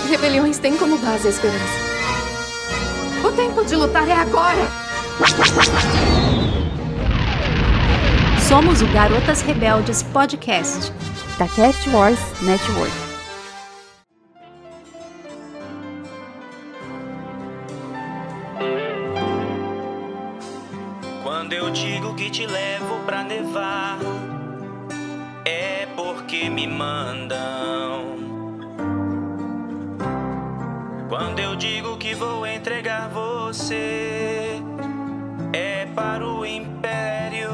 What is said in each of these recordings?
rebeliões têm como base a esperança. O tempo de lutar é agora! Somos o Garotas Rebeldes Podcast, da Cast Wars Network. Quando eu digo que te levo pra nevar, é porque me mandam. Quando eu digo que vou entregar você, é para o Império.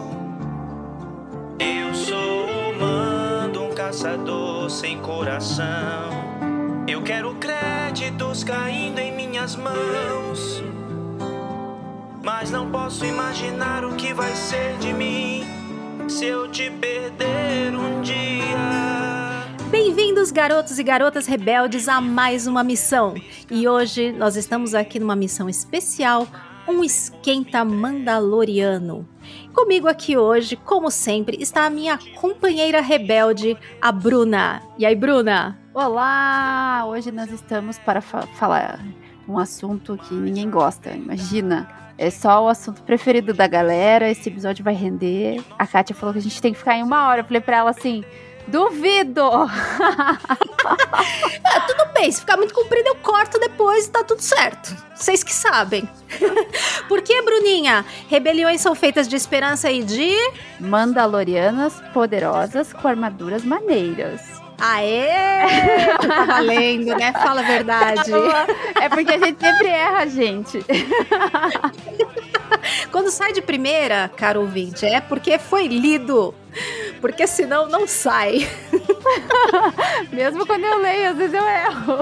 Eu sou humano, um caçador sem coração. Eu quero créditos caindo em minhas mãos, mas não posso imaginar o que vai ser de mim se eu te perder um dia. Bem-vindos, garotos e garotas rebeldes, a mais uma missão. E hoje nós estamos aqui numa missão especial, um esquenta mandaloriano. Comigo aqui hoje, como sempre, está a minha companheira rebelde, a Bruna. E aí, Bruna? Olá! Hoje nós estamos para falar um assunto que ninguém gosta, imagina. É só o assunto preferido da galera, esse episódio vai render. A Kátia falou que a gente tem que ficar em 1 hora. Eu falei pra ela assim, duvido! Tudo bem, se ficar muito comprido eu corto depois e tá tudo certo. Vocês que sabem. Por que, Bruninha? Rebeliões são feitas de esperança e de... mandalorianas poderosas com armaduras maneiras. Aê! Tá valendo, né? Fala a verdade. É porque a gente sempre erra, gente. Quando sai de primeira, caro ouvinte, é porque foi lido. Porque senão não sai. Mesmo quando eu leio, às vezes eu erro.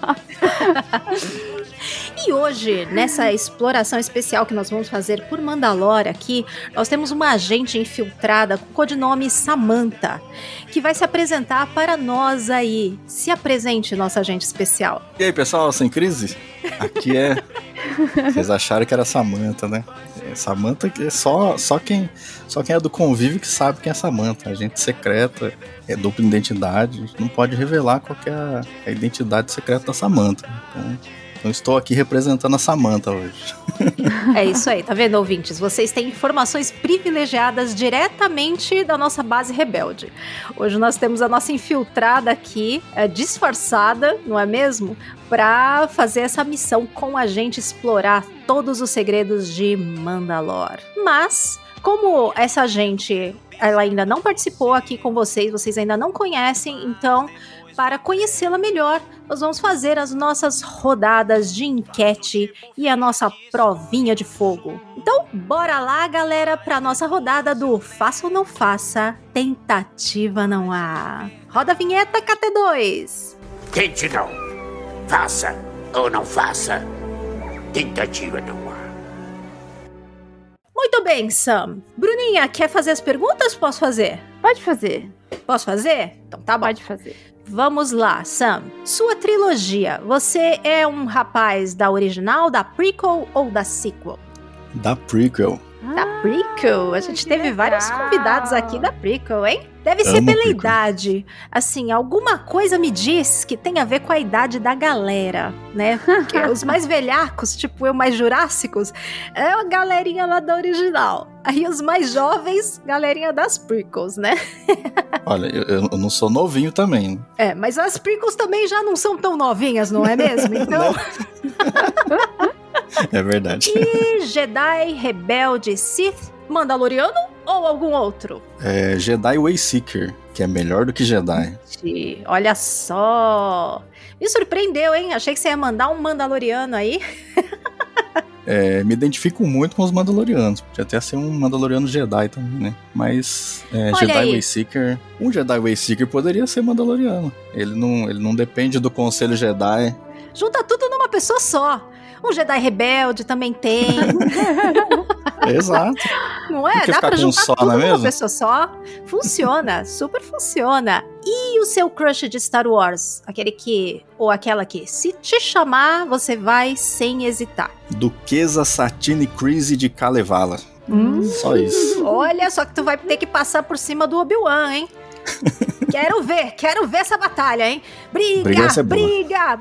E hoje, nessa exploração especial que nós vamos fazer por Mandalore aqui, nós temos uma agente infiltrada com o codinome Samantha, que vai se apresentar para nós aí. Se apresente, nossa agente especial. E aí, pessoal, sem crise? Aqui é... Vocês acharam que era Samantha, né? Samantha é só quem é do convívio que sabe quem é Samantha. Agente secreta, é dupla identidade, não pode revelar qual que é a identidade secreta da Samantha. Então estou aqui representando a Samantha hoje. É isso aí, tá vendo, ouvintes? Vocês têm informações privilegiadas diretamente da nossa base rebelde. Hoje nós temos a nossa infiltrada aqui, disfarçada, não é mesmo? Pra fazer essa missão com a gente, explorar todos os segredos de Mandalore. Mas, como essa gente, ela ainda não participou aqui com vocês ainda não conhecem, então... Para conhecê-la melhor, nós vamos fazer as nossas rodadas de enquete e a nossa provinha de fogo. Então, bora lá, galera, para a nossa rodada do Faça ou Não Faça, Tentativa Não Há. Roda a vinheta, KT2! Tente não. Faça ou não faça, tentativa não há. Muito bem, Sam. Bruninha, quer fazer as perguntas? Posso fazer? Pode fazer. Posso fazer? Então tá bom. Pode fazer. Vamos lá, Sam. Sua trilogia, você é um rapaz da original, da prequel ou da sequel? Da prequel. Da prequel? A gente teve vários convidados aqui da prequel, hein? Deve ser pela prequel. idade. Assim, alguma coisa me diz que tem a ver com a idade da galera, né? Porque os mais velhacos, tipo eu, mais jurássicos, é a galerinha lá da original. Aí os mais jovens, galerinha das prequels, né? Olha, eu não sou novinho também. É, mas as prequels também já não são tão novinhas, não é mesmo? Então... É verdade. E Jedi, Rebelde, Sith, Mandaloriano ou algum outro? É Jedi Wayseeker, que é melhor do que Jedi. Olha só! Me surpreendeu, hein? Achei que você ia mandar um Mandaloriano aí. Me identifico muito com os Mandalorianos. Podia até ser um Mandaloriano Jedi também, né? Mas Jedi Wayseeker... Um Jedi Wayseeker poderia ser Mandaloriano. Ele não depende do Conselho Jedi. Junta tudo numa pessoa só. Um Jedi Rebelde também tem. Exato. Não é? Dá pra juntar só, tudo não é numa mesmo? pessoa só. Funciona, super funciona. E o seu crush de Star Wars? Aquele que, ou aquela que, se te chamar, você vai sem hesitar. Duquesa Satine Kryze de Kalevala. Só isso. Olha, só que tu vai ter que passar por cima do Obi-Wan, hein? Quero ver essa batalha, hein? Briga vai Briga!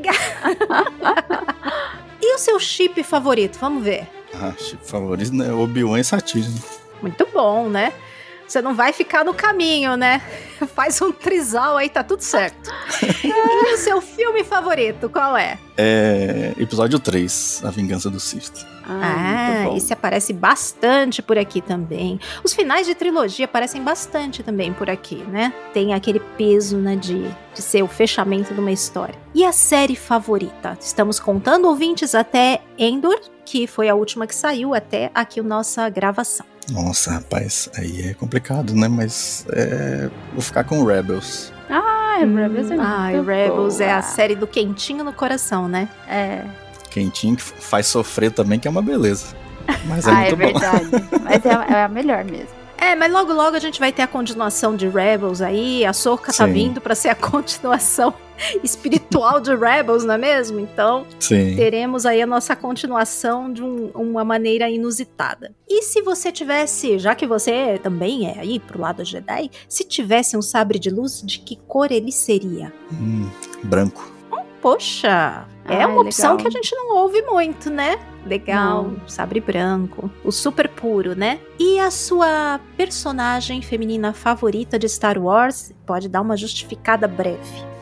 E o seu chip favorito? Vamos ver. Chip favorito, né? Obi-Wan e Satine. Muito bom, né? Você não vai ficar no caminho, né? Faz um trisal aí, tá tudo certo. E o seu filme favorito, qual é? Episódio 3, A Vingança do Sith. Esse aparece bastante por aqui também. Os finais de trilogia aparecem bastante também por aqui, né? Tem aquele peso, né, de ser o fechamento de uma história. E a série favorita? Estamos contando, ouvintes, até Endor, que foi a última que saiu até aqui a nossa gravação. Nossa, rapaz, aí é complicado, né? Mas vou ficar com Rebels. Rebels é muito Rebels boa. é a série do quentinho no coração, né? Quentinho, que faz sofrer também, que é uma beleza. Mas é muito bom. É verdade. Mas é a melhor mesmo. Mas logo a gente vai ter a continuação de Rebels aí. A Ahsoka tá vindo pra ser a continuação espiritual de Rebels, não é mesmo? Então, teremos aí a nossa continuação de uma maneira inusitada. E se você tivesse, já que você também é aí pro lado Jedi, se tivesse um sabre de luz, de que cor ele seria? Branco. Poxa, é uma opção legal. que a gente não ouve muito, né? Legal, Não. sabre branco, o super puro, né? E a sua personagem feminina favorita de Star Wars? Pode dar uma justificada breve.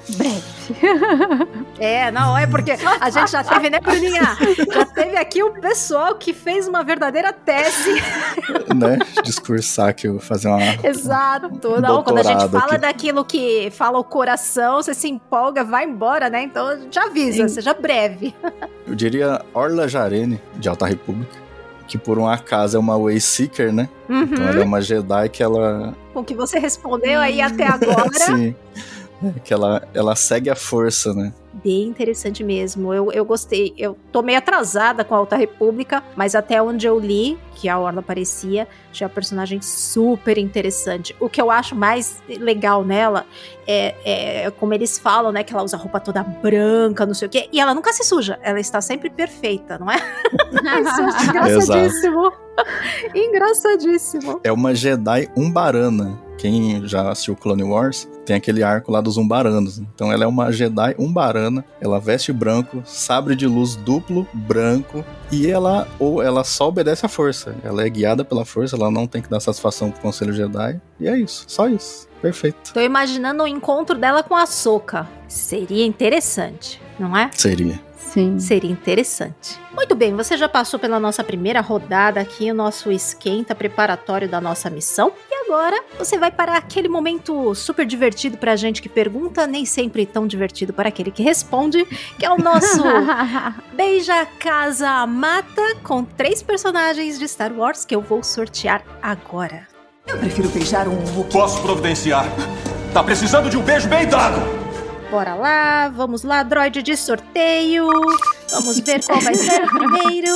Não, é porque a gente já teve, né, Bruninha? Já teve aqui o pessoal que fez uma verdadeira tese. Né? Discursar aqui, fazer uma... Exato. Não, quando a gente fala aqui. daquilo que fala o coração, você se empolga, vai embora, né? Então, já avisa, seja breve. Eu diria Orla Jarene, de Alta República, que por um acaso é uma Wayseeker, né? Então ela é uma Jedi que ela... O que você respondeu aí até agora... Sim. Que ela segue a força, né? Bem interessante mesmo, eu gostei. Eu tô meio atrasada com a Alta República, mas até onde eu li, que a Orla aparecia, tinha uma personagem super interessante. O que eu acho mais legal nela é como eles falam, né, que ela usa roupa toda branca, não sei o quê, e ela nunca se suja, ela está sempre perfeita, não é? Isso eu acho engraçadíssimo. Engraçadíssimo. É uma Jedi Umbarana. Quem já assistiu Clone Wars, tem aquele arco lá dos Umbaranos. Então ela é uma Jedi Umbarana, ela veste branco, sabre de luz duplo, branco, e ela só obedece à força. Ela é guiada pela força, ela não tem que dar satisfação pro Conselho Jedi, e é isso, só isso. Perfeito. Tô imaginando o encontro dela com a Ahsoka. Seria interessante, não é? Seria. Sim. Seria interessante. Muito bem, você já passou pela nossa primeira rodada aqui, o nosso esquenta preparatório da nossa missão. E agora você vai para aquele momento super divertido pra gente que pergunta, nem sempre tão divertido para aquele que responde, que é o nosso Beija, Casa, Mata, com 3 personagens de Star Wars que eu vou sortear agora. Eu prefiro beijar um Wookiee. Posso providenciar. Tá precisando de um beijo bem dado. Bora lá, vamos lá, droid de sorteio. Vamos ver qual vai ser o primeiro.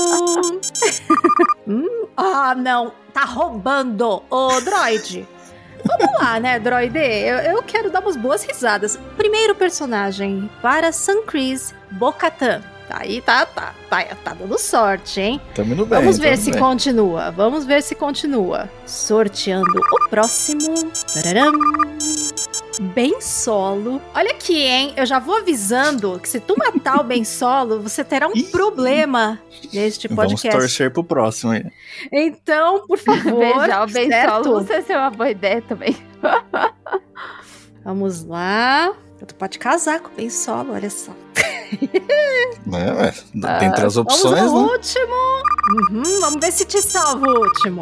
Não, tá roubando o droid. Vamos lá, né, droide? Eu quero dar umas boas risadas. Primeiro personagem, para Sun Kryze Bo-Katan. Tá aí, tá dando sorte, hein? Tamo indo bem. Vamos ver se continua. Vamos ver se continua. Sorteando o próximo. Tararam. Ben Solo. Olha aqui, hein? Eu já vou avisando que se tu matar o Ben Solo, você terá um problema neste podcast. Vamos torcer pro próximo aí. Então, por favor. Beijar o Ben certo? Solo, não sei se é uma boa ideia também. Vamos lá. Tu pode casar com o Ben Solo, olha só. Tem 3 opções, vamos ao né? último. Vamos ver se te salva o último.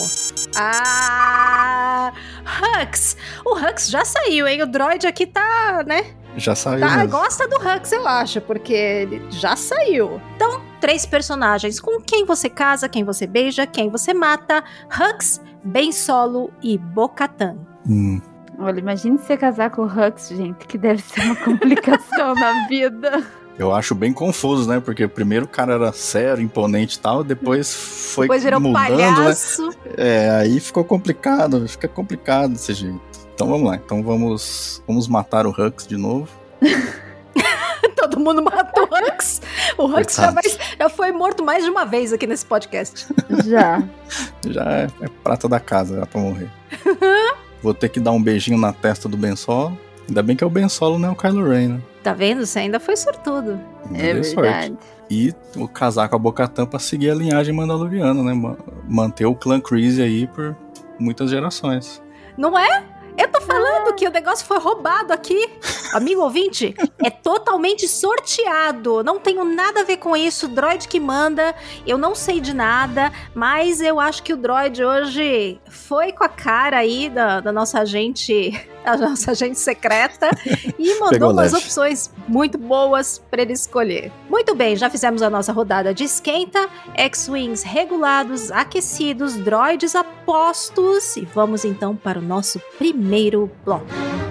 Hux. O Hux já saiu, hein? O droid aqui tá, né? Já saiu mesmo. Gosta do Hux, eu acho, porque ele já saiu. Então, 3 personagens com quem você casa, quem você beija, quem você mata. Hux, Ben Solo e Bo-Katan. Olha, imagine você casar com o Hux, gente, que deve ser uma complicação na vida. Eu acho bem confuso, né? Porque primeiro o cara era sério, imponente e tal, depois Virou mudando, palhaço. né? Aí ficou complicado, fica complicado desse jeito. Então vamos lá, então vamos matar o Hux de novo. Todo mundo matou o Hux. O Hux já foi morto mais de uma vez aqui nesse podcast. Já. Já é prata da casa, já pra morrer. vou ter que dar um beijinho na testa do Ben Solo. Ainda bem que é o Ben Solo, não é o Kylo Ren, né? Tá vendo? Você ainda foi sortudo. É verdade. E o casar com a Bo-Katan pra seguir a linhagem mandaloriana, né? Manter o clã Kryze aí por muitas gerações. Não é? Eu tô falando que o negócio foi roubado aqui. Amigo ouvinte, é totalmente sorteado. Não tenho nada a ver com isso. Droid que manda. Eu não sei de nada. Mas eu acho que o droid hoje foi com a cara aí da nossa agente... A nossa agente secreta. E mandou umas opções muito boas pra ele escolher. Muito bem, já fizemos a nossa rodada de esquenta. X-Wings regulados, aquecidos, droids a postos. E vamos então para o nosso primeiro bloco.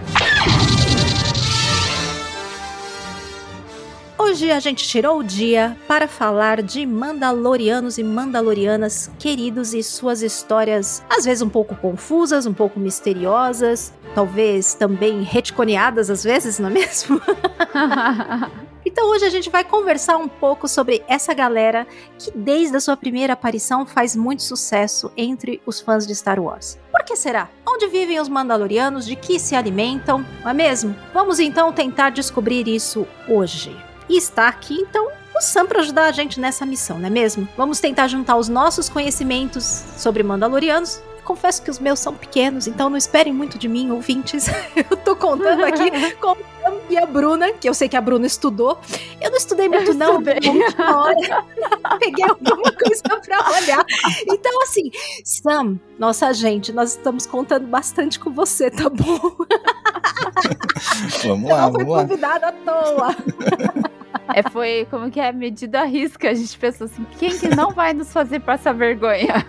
Hoje a gente tirou o dia para falar de mandalorianos e mandalorianas queridos e suas histórias, às vezes um pouco confusas, um pouco misteriosas, talvez também retconeadas às vezes, não é mesmo? Então hoje a gente vai conversar um pouco sobre essa galera que desde a sua primeira aparição faz muito sucesso entre os fãs de Star Wars. Por que será? Onde vivem os mandalorianos? De que se alimentam? Não é mesmo? Vamos então tentar descobrir isso hoje. E está aqui, então, o Sam para ajudar a gente nessa missão, não é mesmo? Vamos tentar juntar os nossos conhecimentos sobre mandalorianos. Confesso que os meus são pequenos, então não esperem muito de mim, ouvintes. Eu tô contando aqui com o Sam e a Bruna, que eu sei que a Bruna estudou. Eu não estudei muito, não. Olha, peguei alguma coisa pra olhar. Então, assim, Sam, nossa gente, nós estamos contando bastante com você, tá bom? Vamos lá, vamos lá. Não foi convidada à toa. Foi como que é medida à risca. A gente pensou assim, quem que não vai nos fazer passar vergonha?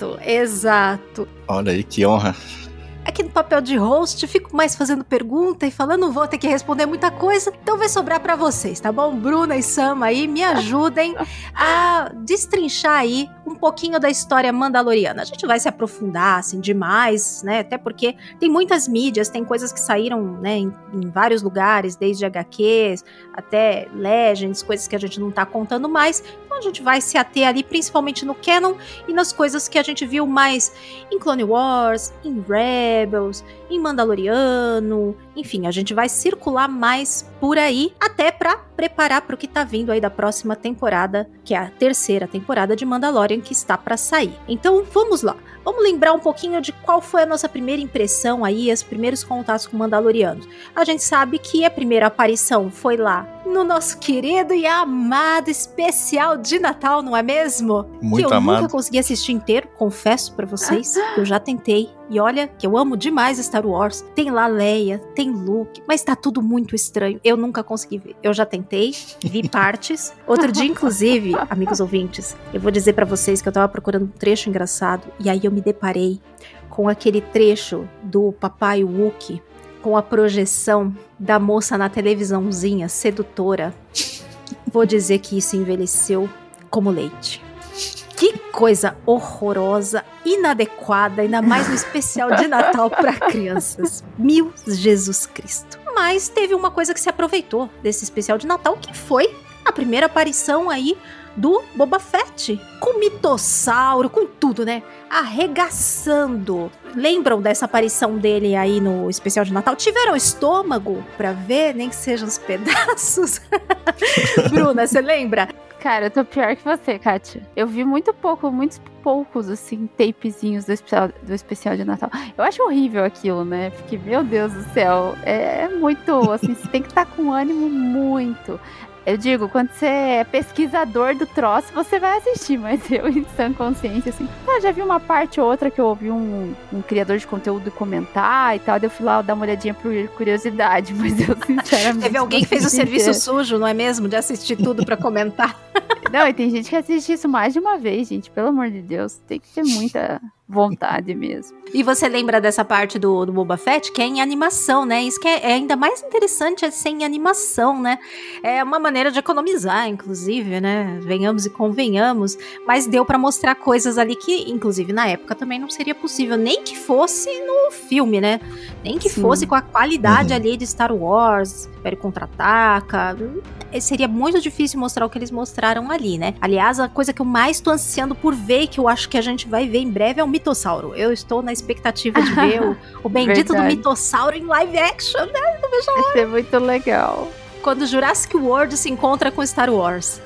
Exato. Olha aí, que honra. Aqui no papel de host, fico mais fazendo pergunta e falando, não vou ter que responder muita coisa, então vai sobrar pra vocês, tá bom? Bruna e Sam aí, me ajudem a destrinchar aí um pouquinho da história mandaloriana. A gente vai se aprofundar, assim, demais, né? Até porque tem muitas mídias, tem coisas que saíram, né, em vários lugares, desde HQs até Legends, coisas que a gente não tá contando mais. Então a gente vai se ater ali, principalmente no canon e nas coisas que a gente viu mais em Clone Wars, em Rebels, em Mandaloriano, enfim, a gente vai circular mais por aí, até pra preparar pro que tá vindo aí da próxima temporada, que é a terceira temporada de Mandalorian que está pra sair. Então, vamos lá. Vamos lembrar um pouquinho de qual foi a nossa primeira impressão aí, os primeiros contatos com Mandalorianos. A gente sabe que a primeira aparição foi lá no nosso querido e amado especial de Natal, não é mesmo? Muito que eu amado. Nunca consegui assistir inteiro, confesso pra vocês, que eu já tentei. E olha, que eu amo demais Star Wars. Tem lá Leia, tem Luke, mas tá tudo muito estranho. Eu nunca consegui ver. Eu já tentei, vi partes. Outro dia, inclusive, amigos ouvintes, eu vou dizer pra vocês que eu tava procurando um trecho engraçado, e aí eu me deparei com aquele trecho do Papai Wookie, com a projeção da moça na televisãozinha, sedutora. Vou dizer que isso envelheceu como leite. Que coisa horrorosa, inadequada, ainda mais no especial de Natal para crianças. Meu Jesus Cristo. Mas teve uma coisa que se aproveitou desse especial de Natal, que foi a primeira aparição aí do Boba Fett, com mitossauro, com tudo, né? Arregaçando. Lembram dessa aparição dele aí no especial de Natal? Tiveram estômago pra ver, nem que sejam os pedaços? Bruna, você lembra? Cara, eu tô pior que você, Kátia. Eu vi muitos poucos, assim, tapezinhos do especial de Natal. Eu acho horrível aquilo, né? Porque, meu Deus do céu, é muito, assim, você tem que estar com ânimo muito. Eu digo, quando você é pesquisador do troço, você vai assistir, mas eu, em sã consciência, assim, já vi uma parte ou outra que eu ouvi um criador de conteúdo comentar e tal, daí eu fui lá dar uma olhadinha por curiosidade, mas eu, sinceramente... Teve alguém que fez o serviço sujo, não é mesmo? De assistir tudo pra comentar. Não, e tem gente que assiste isso mais de uma vez, gente, pelo amor de Deus, tem que ter muita vontade mesmo. E você lembra dessa parte do Boba Fett, que é em animação, né? Isso que é ainda mais interessante, é ser em animação, né? É uma maneira de economizar, inclusive, né? Venhamos e convenhamos, mas deu pra mostrar coisas ali que, inclusive, na época também não seria possível, nem que fosse no filme, né? Nem que fosse com a qualidade ali de Star Wars, Império Contra-Ataca. Seria muito difícil mostrar o que eles mostraram ali, né? Aliás, a coisa que eu mais tô ansiando por ver, que eu acho que a gente vai ver em breve, é o mitossauro. Eu estou na expectativa de ver o bendito do mitossauro em live action, né? Não vejo a hora. Vai ser muito legal. Quando Jurassic World se encontra com Star Wars.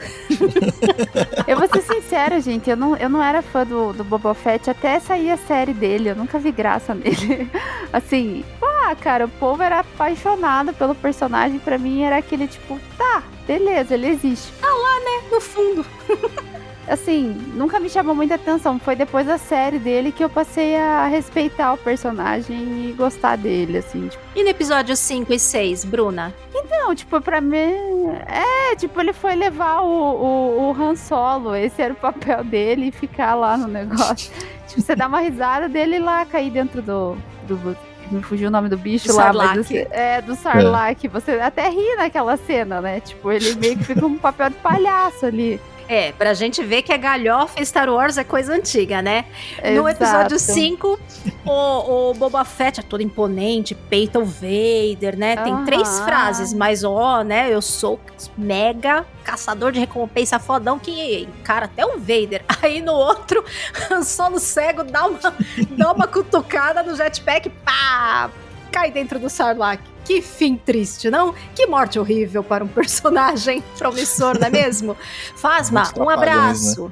Eu vou ser sincera, gente, eu não era fã do Boba Fett até sair a série dele, eu nunca vi graça nele. Assim, cara, o povo era apaixonado pelo personagem, pra mim era aquele tipo, tá, beleza, ele existe. Tá lá, né, no fundo. Assim, nunca me chamou muita atenção, foi depois da série dele que eu passei a respeitar o personagem e gostar dele, assim, tipo. E no episódio 5 e 6, Bruna? Então, tipo, pra mim, ele foi levar o Han Solo, esse era o papel dele, e ficar lá no negócio. Tipo, você dá uma risada dele lá, cair dentro do me fugiu o nome do bicho lá, mas do Sarlacc. Você até ri naquela cena, né? Tipo, ele meio que fica um papel de palhaço ali. Pra gente ver que a galhofa em Star Wars é coisa antiga, né? Exato. No episódio 5, o Boba Fett é todo imponente, peita o Vader, né? Tem 3 frases, mas né? Eu sou mega caçador de recompensa fodão que encara até o Vader. Aí no outro, Han Solo cego dá uma cutucada no jetpack, pá! Cai dentro do Sarlacc. Que fim triste, não? Que morte horrível para um personagem promissor, não é mesmo? Fasma, um abraço.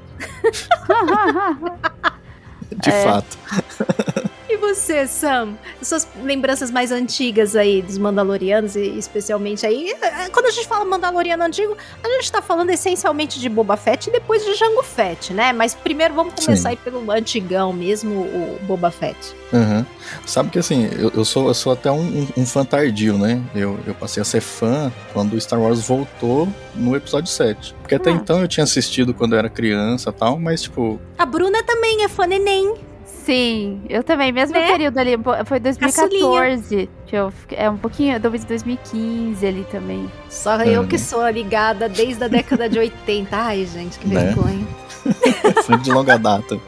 Né? De fato. E você, Sam? Suas lembranças mais antigas aí dos Mandalorianos, e especialmente aí... Quando a gente fala Mandaloriano antigo, a gente tá falando essencialmente de Boba Fett e depois de Jango Fett, né? Mas primeiro vamos começar aí pelo antigão mesmo, o Boba Fett. Uhum. Sabe que assim, eu sou até um fã tardio, né? Eu passei a ser fã quando Star Wars voltou no episódio 7. Porque até então eu tinha assistido quando eu era criança e tal, mas tipo... A Bruna também é fã neném. Sim, eu também, mesmo período ali, foi 2014, um pouquinho, talvez 2015 ali também. Só eu que sou ligada desde a década de 80, ai gente, que vergonha. Fã de longa data.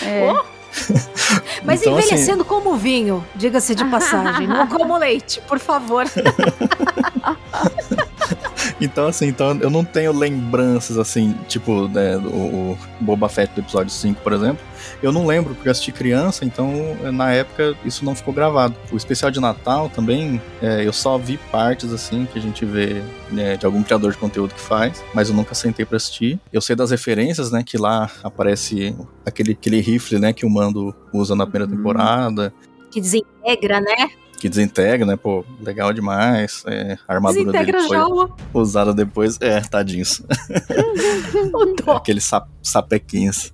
Mas então, envelhecendo assim... como vinho, diga-se de passagem, não como leite, por favor. Então, assim, eu não tenho lembranças, assim, tipo, né, o Boba Fett do episódio 5, por exemplo. Eu não lembro, porque eu assisti criança, então, na época, isso não ficou gravado. O especial de Natal também, eu só vi partes, assim, que a gente vê, né, de algum criador de conteúdo que faz, mas eu nunca sentei pra assistir. Eu sei das referências, né, que lá aparece aquele rifle, né, que o Mando usa na primeira temporada. Que desintegra, né? Que desintegra, né? Pô, legal demais. A armadura desintegra dele foi usada depois. Tadinhos. Aqueles sapequinhos.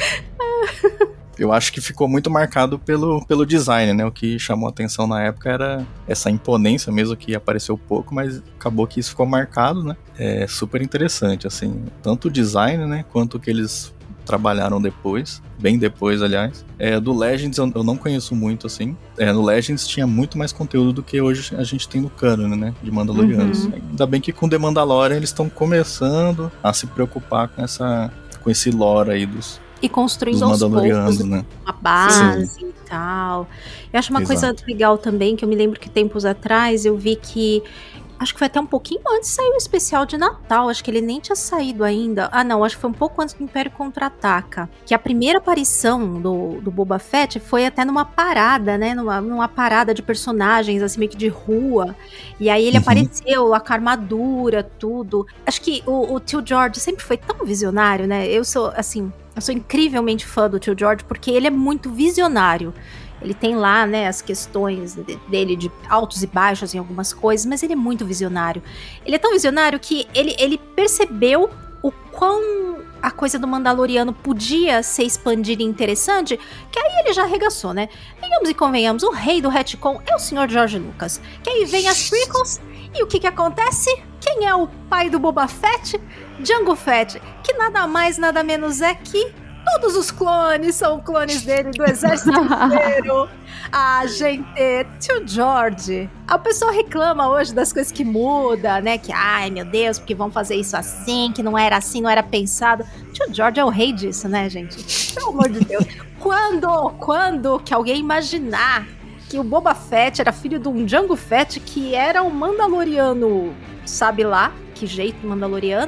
Eu acho que ficou muito marcado pelo design, né? O que chamou a atenção na época era essa imponência mesmo, que apareceu pouco, mas acabou que isso ficou marcado, né? É super interessante, assim. Tanto o design, né? Quanto o que eles trabalharam depois, bem depois, aliás. Do Legends eu não conheço muito, assim. No Legends tinha muito mais conteúdo do que hoje a gente tem no canon, né, de Mandalorianos. Ainda bem que com The Mandalorian eles estão começando a se preocupar com esse lore aí dos construindo aos poucos, né? Uma base e tal. Eu acho uma coisa legal também, que eu me lembro que tempos atrás eu vi que acho que foi até um pouquinho antes de sair o especial de Natal. Acho que ele nem tinha saído ainda. Não, acho que foi um pouco antes do Império Contra-Ataca. Que a primeira aparição do Boba Fett foi até numa parada, né? Numa parada de personagens, assim, meio que de rua. E aí ele apareceu, com a armadura, tudo. Acho que o Tio George sempre foi tão visionário, né? Eu sou incrivelmente fã do Tio George, porque ele é muito visionário. Ele tem lá, né, as questões dele de altos e baixos em algumas coisas, mas ele é muito visionário. Ele é tão visionário que ele percebeu o quão a coisa do Mandaloriano podia ser expandida e interessante, que aí ele já arregaçou, né? Venhamos e convenhamos, o rei do retcon é o Sr. George Lucas. Que aí vem as prequels, e o que acontece? Quem é o pai do Boba Fett? Jango Fett, que nada mais, nada menos é que todos os clones são clones dele, do exército inteiro. Gente, Tio George. A pessoa reclama hoje das coisas que mudam, né? Que, ai meu Deus, porque vão fazer isso assim, que não era assim, não era pensado. Tio George é o rei disso, né, gente? Pelo amor de Deus. Quando que alguém imaginar que o Boba Fett era filho de um Jango Fett, que era um Mandaloriano, sabe lá, que jeito Mandaloriano,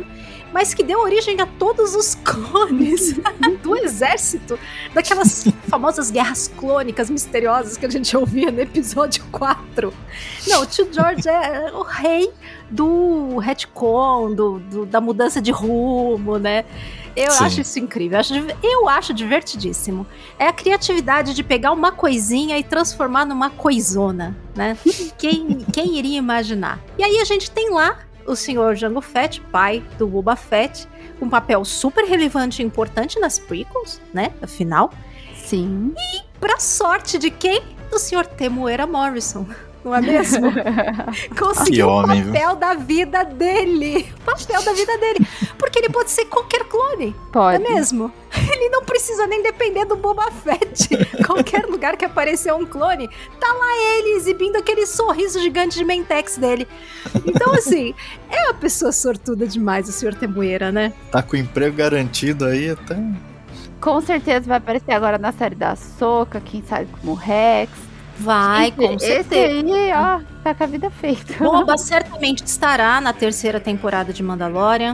mas que deu origem a todos os clones do exército, daquelas famosas guerras clônicas misteriosas que a gente ouvia no episódio 4. Não, o tio George é o rei do retcon, da mudança de rumo, né? Eu Sim. acho isso incrível, eu acho divertidíssimo. É a criatividade de pegar uma coisinha e transformar numa coisona, né? Quem iria imaginar? E aí a gente tem lá o Sr. Jango Fett, pai do Boba Fett, um papel super relevante e importante nas prequels, né? Afinal. Sim. E pra sorte de quem? Do Sr. Temuera Morrison. Não é mesmo? Conseguiu o papel da vida dele. O papel da vida dele. Porque ele pode ser qualquer clone. Pode. Não é mesmo? Ele não precisa nem depender do Boba Fett. Qualquer lugar que aparecer um clone, tá lá ele exibindo aquele sorriso gigante de Mentex dele. Então, assim, é uma pessoa sortuda demais o Sr. Temuera, né? Tá com o emprego garantido aí até... Com certeza vai aparecer agora na série da Ahsoka, quem sabe como Rex. Vai, com certeza. Esse aí, ó, tá com a vida feita. Boba certamente estará na 3ª temporada de Mandalorian.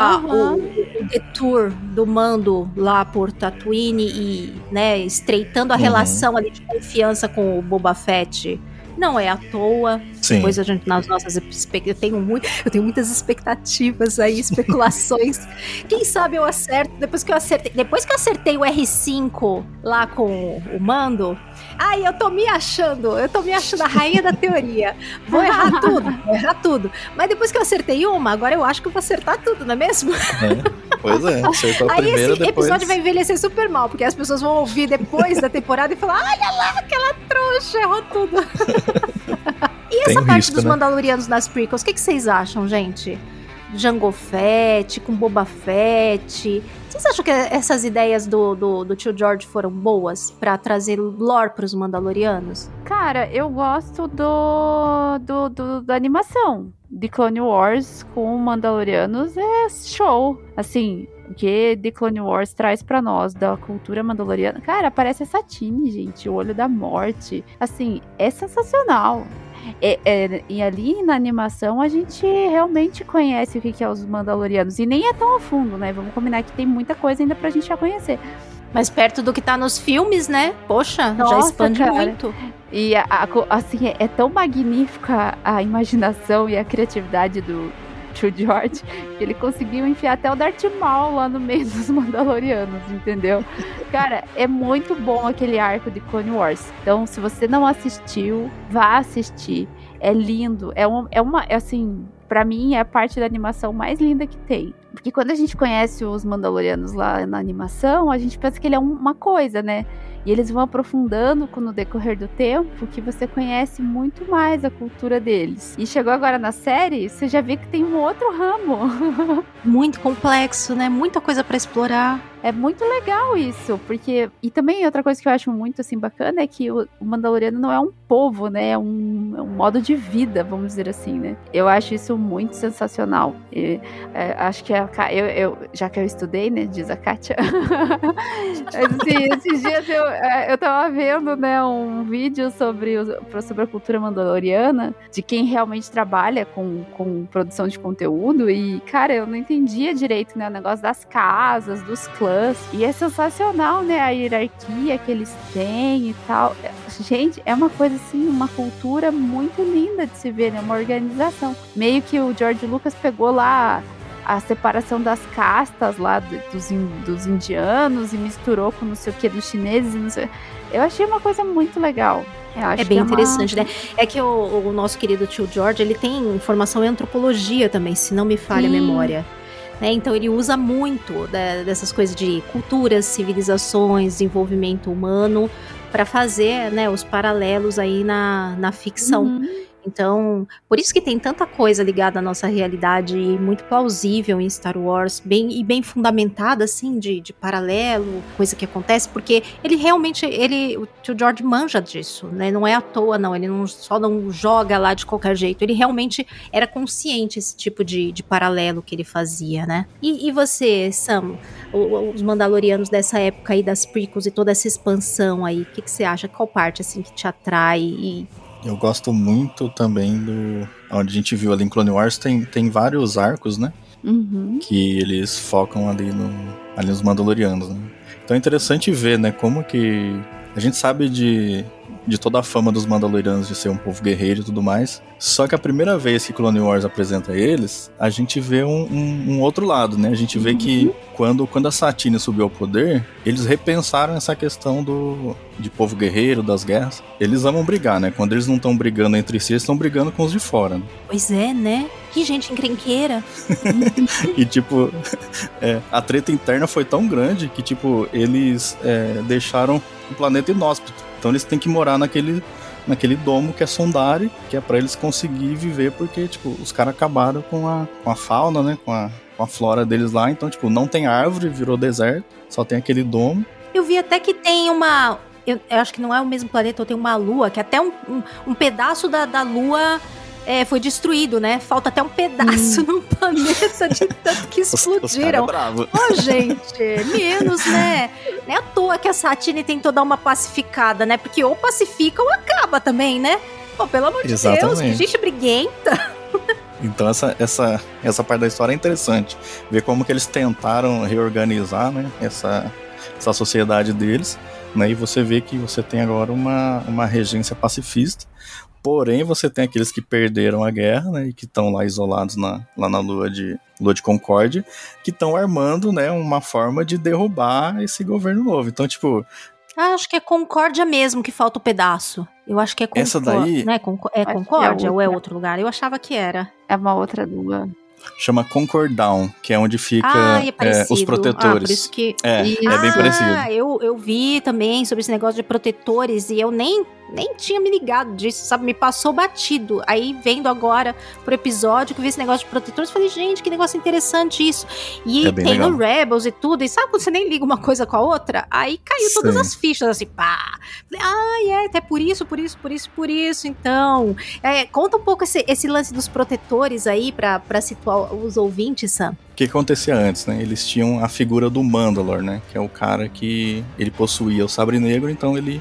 O detour do Mando lá por Tatooine e, né, estreitando a relação ali de confiança com o Boba Fett não é à toa. Sim. Depois a gente, nas nossas expectativas, eu tenho muitas expectativas aí, especulações. Quem sabe eu acerto, depois que eu acertei o R5 lá com o Mando, eu tô me achando a rainha da teoria. Vou errar tudo. Mas depois que eu acertei uma, agora eu acho que eu vou acertar tudo, não é mesmo? Pois é, acertou a Aí primeira, esse depois... episódio vai envelhecer super mal, porque as pessoas vão ouvir depois da temporada e falar, olha lá, aquela trouxa, errou tudo. E essa parte risco, dos né? Mandalorianos nas prequels, o que vocês acham, gente? Jango Fett, com Boba Fett. Vocês acham que essas ideias do tio George foram boas pra trazer lore pros Mandalorianos? Cara, eu gosto da animação de Clone Wars com Mandalorianos, é show. Assim, o que The Clone Wars traz pra nós da cultura mandaloriana. Cara, aparece a Satine, gente, o Olho da Morte. Assim, é sensacional. E ali na animação a gente realmente conhece o que é os Mandalorianos. E nem é tão a fundo, né? Vamos combinar que tem muita coisa ainda pra gente já conhecer. Mas perto do que tá nos filmes, né? Poxa, Nossa, já expande cara. muito. E assim, é tão magnífica a imaginação e a criatividade do Tio George que ele conseguiu enfiar até o Darth Maul lá no meio dos Mandalorianos, entendeu? Cara, é muito bom aquele arco de Clone Wars. Então, se você não assistiu, vá assistir. É lindo. Assim, pra mim, é a parte da animação mais linda que tem. Porque quando a gente conhece os Mandalorianos lá na animação, a gente pensa que ele é uma coisa, né? E eles vão aprofundando no decorrer do tempo que você conhece muito mais a cultura deles. E chegou agora na série, você já vê que tem um outro ramo. Muito complexo, né? Muita coisa pra explorar. É muito legal isso, porque... E também outra coisa que eu acho muito, assim, bacana é que o Mandaloriano não é um povo, né? É um modo de vida, vamos dizer assim, né? Eu acho isso muito sensacional. Acho que já que eu estudei, né? Diz a Kátia. Esses dias eu tava vendo, né? Um vídeo sobre a cultura mandaloriana, de quem realmente trabalha com produção de conteúdo. E, cara, eu não entendia direito, né? O negócio das casas, dos clãs. E é sensacional, né? A hierarquia que eles têm e tal. Gente, é uma coisa assim, uma cultura muito linda de se ver, né? Uma organização. Meio que o George Lucas pegou lá a separação das castas lá dos indianos e misturou com não sei o que dos chineses. Não sei. Eu achei uma coisa muito legal. É bem interessante, né? É que o nosso querido tio George, ele tem formação em antropologia também, se não me falha a memória. Né? Então ele usa muito dessas coisas de culturas, civilizações, desenvolvimento humano para fazer, né, os paralelos aí na ficção. Então, por isso que tem tanta coisa ligada à nossa realidade, muito plausível em Star Wars, bem fundamentada, assim, de paralelo, coisa que acontece, porque ele realmente, o tio George manja disso, né? Não é à toa, não, ele só não joga lá de qualquer jeito, ele realmente era consciente esse tipo de paralelo que ele fazia, né? E você, Sam, os Mandalorianos dessa época aí, das prequels e toda essa expansão aí, o que você acha? Qual parte, assim, que te atrai Eu gosto muito também onde a gente viu ali em Clone Wars, tem vários arcos, né? Que eles focam ali nos Mandalorianos, né? Então é interessante ver, né, como que a gente sabe de toda a fama dos Mandalorianos de ser um povo guerreiro e tudo mais, só que a primeira vez que Clone Wars apresenta eles, a gente vê um outro lado, né? A gente vê que quando a Satine subiu ao poder, eles repensaram essa questão de povo guerreiro, das guerras. Eles amam brigar, né? Quando eles não estão brigando entre si, eles estão brigando com os de fora, né? Pois é, né? Que gente encrenqueira. E tipo, a treta interna foi tão grande que tipo, eles deixaram o planeta inóspito. Então eles têm que morar naquele domo que é Sondari, que é pra eles conseguir viver, porque tipo, os caras acabaram com a fauna, né? Com a flora deles lá. Então tipo, não tem árvore, virou deserto, só tem aquele domo. Eu vi até que tem uma... Eu acho que não é o mesmo planeta, ou tem uma lua, que até um pedaço da lua... foi destruído, né? Falta até um pedaço no planeta de tanto que explodiram. Ô, gente, menos, né? Não é à toa que a Satine tentou dar uma pacificada, né? Porque ou pacifica ou acaba também, né? Pô, pelo amor de Deus, que gente briguenta. Então essa parte da história é interessante. Ver como que eles tentaram reorganizar, né? Essa sociedade deles, né? E você vê que você tem agora uma regência pacifista. Porém, você tem aqueles que perderam a guerra, né, e que estão lá isolados lá na Lua de Concórdia, que estão armando, né, uma forma de derrubar esse governo novo. Então, tipo... acho que é Concórdia mesmo que falta o pedaço. Eu acho que é Concórdia. Essa daí... Né? É Concórdia ou é outro lugar? Eu achava que era. É uma outra lua. Chama Concordown, que é onde fica os protetores. Por isso que... é bem parecido. Eu vi também sobre esse negócio de protetores e eu nem tinha me ligado disso, sabe? Me passou batido. Aí, vendo agora pro episódio que eu vi esse negócio de protetores, falei, gente, que negócio interessante isso. E tem legal. No Rebels e tudo, e sabe quando você nem liga uma coisa com a outra? Aí caiu todas as fichas, assim, pá! Falei, até por isso, então. Conta um pouco esse lance dos protetores aí, pra situar os ouvintes, Sam. O que acontecia antes, né? Eles tinham a figura do Mandalor, né? Que é o cara que ele possuía o sabre negro, então ele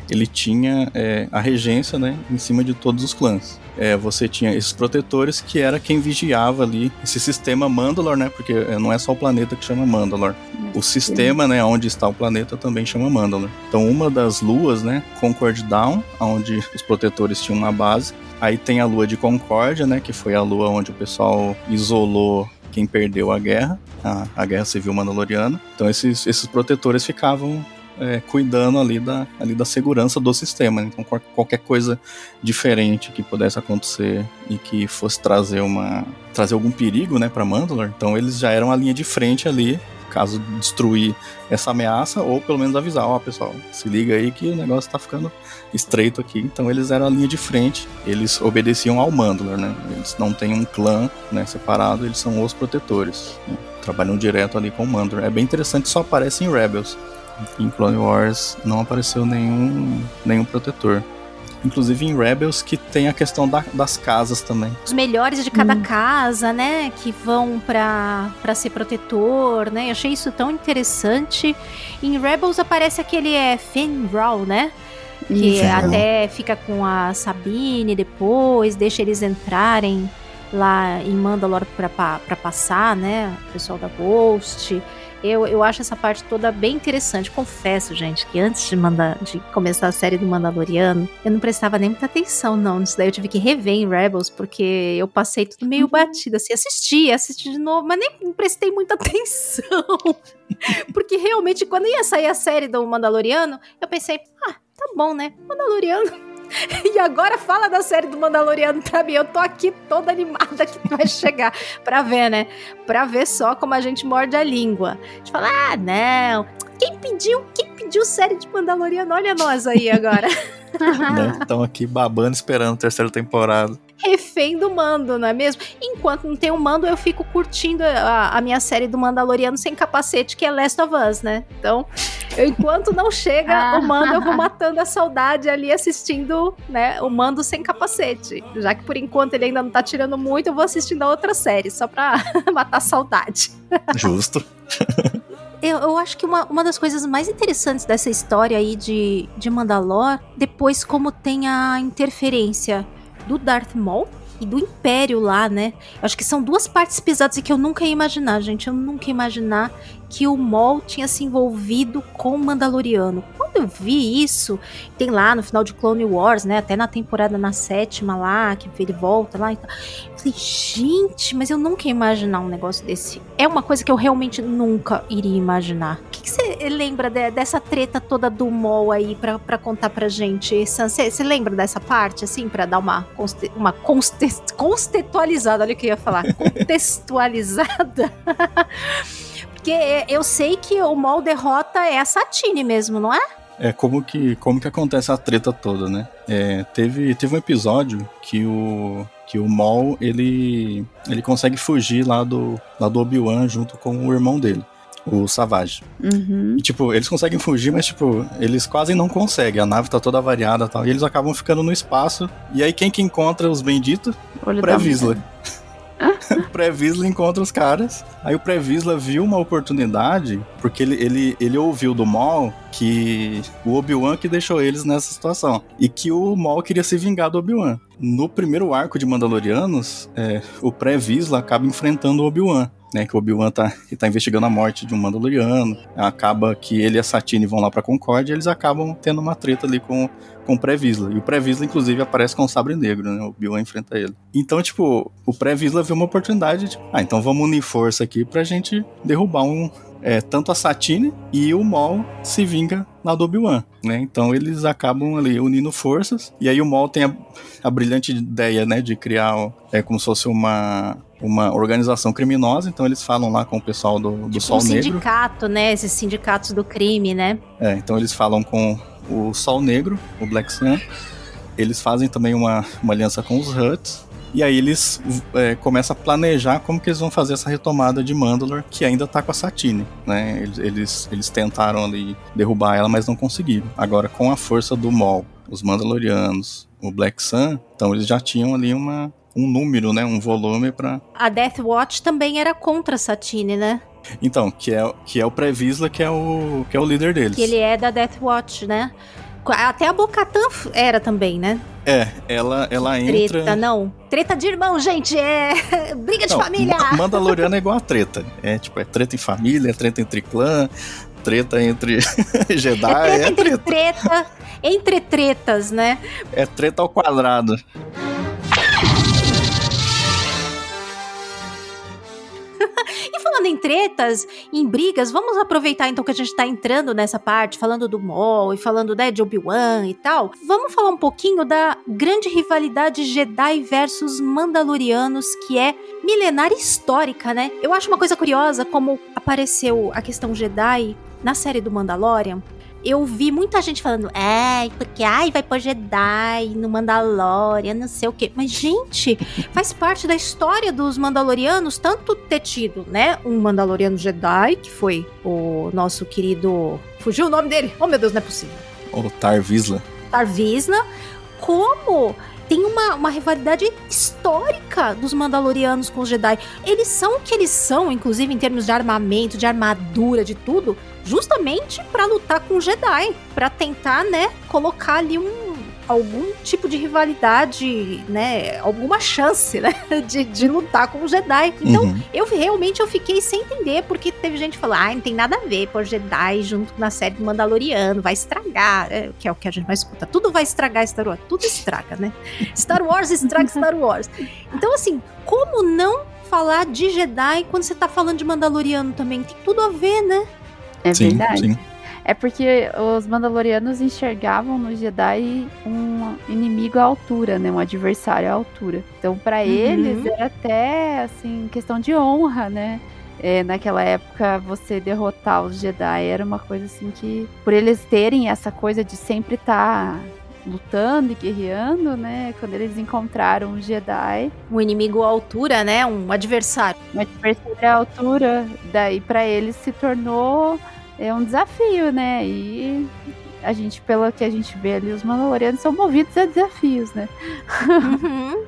tinha a regência, né, em cima de todos os clãs. Você tinha esses protetores que era quem vigiava ali esse sistema Mandalor, né, porque não é só o planeta que chama Mandalor. O sistema, né, onde está o planeta também chama Mandalor. Então uma das luas, né, Concord Down, onde os protetores tinham uma base. Aí tem a lua de Concórdia, né, que foi a lua onde o pessoal isolou quem perdeu a guerra civil mandaloriana. Então esses protetores ficavam cuidando ali da segurança do sistema. Então qualquer coisa diferente que pudesse acontecer e que fosse trazer algum perigo, né, para Mandalor, então eles já eram a linha de frente ali, caso destruir essa ameaça, ou pelo menos avisar, pessoal, se liga aí que o negócio tá ficando estreito aqui. Então eles eram a linha de frente, eles obedeciam ao Mandalor, né, eles não têm um clã, né, separado, eles são os protetores, né? Trabalham direto ali com o Mandalor. É bem interessante, só aparece em Rebels. Em Clone Wars não apareceu nenhum protetor. Inclusive em Rebels, que tem a questão das casas também. Os melhores de cada casa, né? Que vão pra ser protetor, né? Eu achei isso tão interessante. Em Rebels aparece aquele Fenn Rau, né? Que até fica com a Sabine depois, deixa eles entrarem lá em Mandalore pra passar, né? O pessoal da Ghost. Eu acho essa parte toda bem interessante. Confesso, gente, que antes de começar a série do Mandaloriano, eu não prestava nem muita atenção, não. Nisso daí eu tive que rever em Rebels, porque eu passei tudo meio batido, assim. Assisti de novo, mas nem prestei muita atenção. Porque realmente, quando ia sair a série do Mandaloriano, eu pensei, tá bom, né? Mandaloriano. E agora fala da série do Mandaloriano pra mim. Eu tô aqui toda animada que vai chegar pra ver, né? Pra ver só como a gente morde a língua. A gente fala, não. Quem pediu série de Mandaloriano? Olha nós aí agora. Estão aqui babando, esperando a terceira temporada. Refém do Mando, não é mesmo? Enquanto não tem o Mando, eu fico curtindo a minha série do Mandaloriano sem capacete, que é Last of Us, né? Então, enquanto não chega o Mando, eu vou matando a saudade ali assistindo, né, o Mando sem capacete. Já que por enquanto ele ainda não tá tirando muito, eu vou assistindo a outra série, só pra matar a saudade. Justo. Eu acho que uma das coisas mais interessantes dessa história aí de Mandalore, depois como tem a interferência do Darth Maul, e do Império lá, né? Eu acho que são duas partes pesadas e que eu nunca ia imaginar, gente. Eu nunca ia imaginar que o Maul tinha se envolvido com o Mandaloriano. Quando eu vi isso, tem lá no final de Clone Wars, né? Até na temporada na 7ª lá, que ele volta lá e tal. Eu falei, gente, mas eu nunca ia imaginar um negócio desse. É uma coisa que eu realmente nunca iria imaginar. O que você lembra dessa treta toda do Maul aí pra contar pra gente? Você lembra dessa parte, assim, pra dar uma contextualizada? Olha o que eu ia falar. Contextualizada. Porque eu sei que o Maul derrota a Satine mesmo, não é? Como que acontece a treta toda, né? Teve um episódio que o Maul, ele consegue fugir lá do Obi-Wan junto com o irmão dele, o Savage. Uhum. E, tipo, eles conseguem fugir, mas, tipo, eles quase não conseguem. A nave tá toda avariada e tal. E eles acabam ficando no espaço. E aí, quem que encontra os benditos? Pré-Vizsla. O Pré-Vizsla encontra os caras. Aí o Pré-Vizsla viu uma oportunidade, porque ele ouviu do Maul que o Obi-Wan que deixou eles nessa situação. E que o Maul queria se vingar do Obi-Wan. No primeiro arco de Mandalorianos, o Pré-Vizsla acaba enfrentando o Obi-Wan. Né, que o Obi-Wan tá investigando a morte de um Mandaloriano. Acaba que ele e a Satine vão lá pra Concórdia e eles acabam tendo uma treta ali com o Pré-Vizsla. E o Pré-Vizsla, inclusive, aparece com o sabre negro, né? O Obi-Wan enfrenta ele. Então, tipo, o Pré-Vizsla viu uma oportunidade de, então vamos unir força aqui pra gente derrubar tanto a Satine e o Maul se vinga lá do Obi-Wan, né? Então eles acabam ali unindo forças. E aí o Maul tem a brilhante ideia, né, de criar como se fosse uma organização criminosa. Então eles falam lá com o pessoal do tipo Sol Negro. Sindicato, né? Esses sindicatos do crime, né? Então eles falam com o Sol Negro, o Black Sun. Eles fazem também uma aliança com os Hutts. E aí eles começam a planejar como que eles vão fazer essa retomada de Mandalore, que ainda tá com a Satine, né? Eles tentaram ali derrubar ela, mas não conseguiram. Agora, com a força do Maul, os Mandalorianos, o Black Sun, então eles já tinham ali um número, né? Um volume pra... A Death Watch também era contra a Satine, né? Então, que é o Pré-Vizsla, que é o líder deles. Que ele é da Death Watch, né? Até a Bo-Katan era também, né? Ela entra... Treta de irmão, gente, briga de família! Mandaloriano é igual a treta. É treta em família, é treta entre clã, treta entre Jedi, treta entre tretas, né? É treta ao quadrado. E falando em tretas, em brigas, vamos aproveitar então que a gente tá entrando nessa parte, falando do Maul e falando, né, de Obi-Wan e tal. Vamos falar um pouquinho da grande rivalidade Jedi versus Mandalorianos, que é milenar histórica, né? Eu acho uma coisa curiosa como apareceu a questão Jedi na série do Mandalorian. Eu vi muita gente falando, porque vai pôr Jedi no Mandalorian, não sei o quê. Mas, gente, faz parte da história dos Mandalorianos, tanto ter tido, né, um Mandaloriano Jedi, que foi o nosso querido... Fugiu o nome dele? Oh, meu Deus, não é possível. O Tar Vizsla. Como... Tem uma rivalidade histórica dos Mandalorianos com os Jedi. Eles são o que eles são, inclusive em termos de armamento, de armadura, de tudo, justamente pra lutar com os Jedi. Pra tentar, né, colocar ali algum tipo de rivalidade, né, alguma chance, né, de lutar com os Jedi. Então, eu fiquei sem entender, porque teve gente que falou, não tem nada a ver pôr Jedi junto na série do Mandaloriano, vai estragar, que é o que a gente mais escuta. Tudo vai estragar Star Wars, tudo estraga, né? Star Wars estraga Star Wars. Então, assim, como não falar de Jedi quando você tá falando de Mandaloriano também? Tem tudo a ver, né? É verdade. Sim. É porque os Mandalorianos enxergavam no Jedi um inimigo à altura, né? Um adversário à altura. Então, pra eles, era até, assim, questão de honra, né? Naquela época, você derrotar os Jedi era uma coisa, assim, que... Por eles terem essa coisa de sempre estar lutando e guerreando, né? Quando eles encontraram os Jedi... Um inimigo à altura, né? Um adversário. Um adversário à altura. Daí, pra eles, se tornou... um desafio, né? E pelo que a gente vê ali, os Mandalorianos são movidos a desafios, né?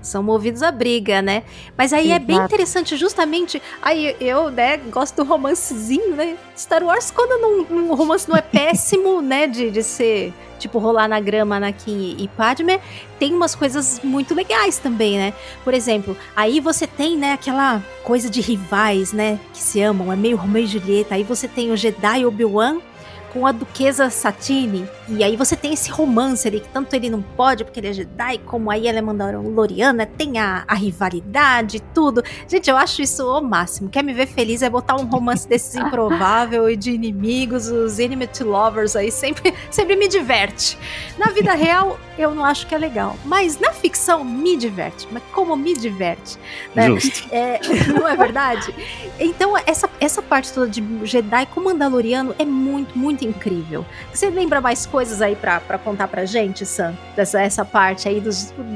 São movidos à briga, né? Mas aí é bem interessante, justamente. Aí eu, né, gosto do romancezinho, né? Star Wars, quando um romance não é péssimo, né? De ser, tipo, rolar na grama Anakin e Padme, tem umas coisas muito legais também, né? Por exemplo, aí você tem, né, aquela coisa de rivais, né? Que se amam, é meio Romeu e Julieta. Aí você tem o Jedi Obi-Wan com a Duquesa Satine, e aí você tem esse romance ali, que tanto ele não pode, porque ele é Jedi, como aí ela é Mandaloriana, tem a rivalidade e tudo. Gente, eu acho isso o máximo. Quer me ver feliz é botar um romance desses improvável e de inimigos, os enemy lovers aí, sempre me diverte. Na vida real, eu não acho que é legal, mas na ficção me diverte. Mas como me diverte? Né? Justo. Não é verdade? Então, essa parte toda de Jedi com Mandaloriano é muito, muito incrível. Você lembra mais coisas aí pra contar pra gente, Sam? Essa parte aí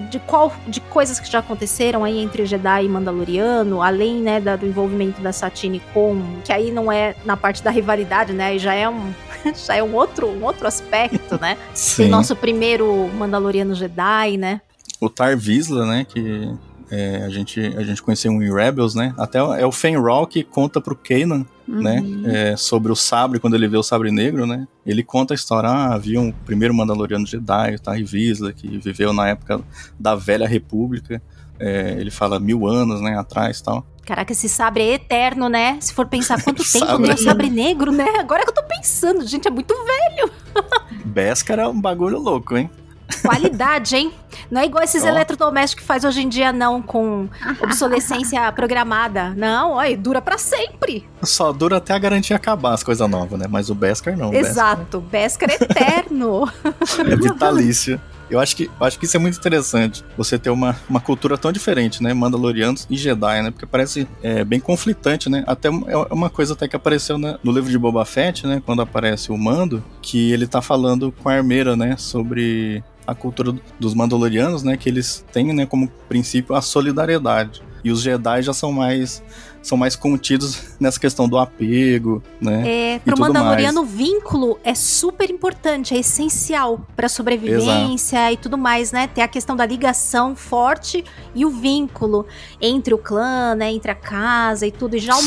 de coisas que já aconteceram aí entre Jedi e Mandaloriano, além, né, do envolvimento da Satine com, que aí não é na parte da rivalidade, né, e já é um outro aspecto, né? Sim. Tem nosso primeiro Mandaloriano Jedi, né? O Tar Vizsla, né, que a gente conheceu em Rebels, né? Até é o Fenrol que conta pro Kanan, né? Sobre o sabre, quando ele vê o sabre negro, né? Ele conta a história, havia um primeiro Mandaloriano Jedi, o Tar Vizsla, que viveu na época da Velha República. Ele fala 1000 anos, né, atrás e tal. Caraca, esse sabre é eterno, né? Se for pensar quanto tempo tem o sabre negro, né? Agora que eu tô pensando, gente, é muito velho. Beskar é um bagulho louco, hein? Qualidade, hein? Não é igual esses eletrodomésticos que faz hoje em dia, não, com obsolescência programada. Não, olha, dura pra sempre. Só dura até a garantia acabar as coisas novas, né? Mas o Beskar não. Exato, Beskar é eterno. É vitalício. Eu acho que isso é muito interessante, você ter uma cultura tão diferente, né, Mandalorianos e Jedi, né, porque parece bem conflitante, né, até é uma coisa até que apareceu, né, no livro de Boba Fett, né, quando aparece o Mando, que ele tá falando com a armeira, né, sobre a cultura dos Mandalorianos, né, que eles têm, né, como princípio a solidariedade, e os Jedi já são mais contidos nessa questão do apego, né? Pro Mandaloriano, o vínculo é super importante, é essencial pra sobrevivência. Exato. E tudo mais, né? Ter a questão da ligação forte e o vínculo entre o clã, né? Entre a casa e tudo. E já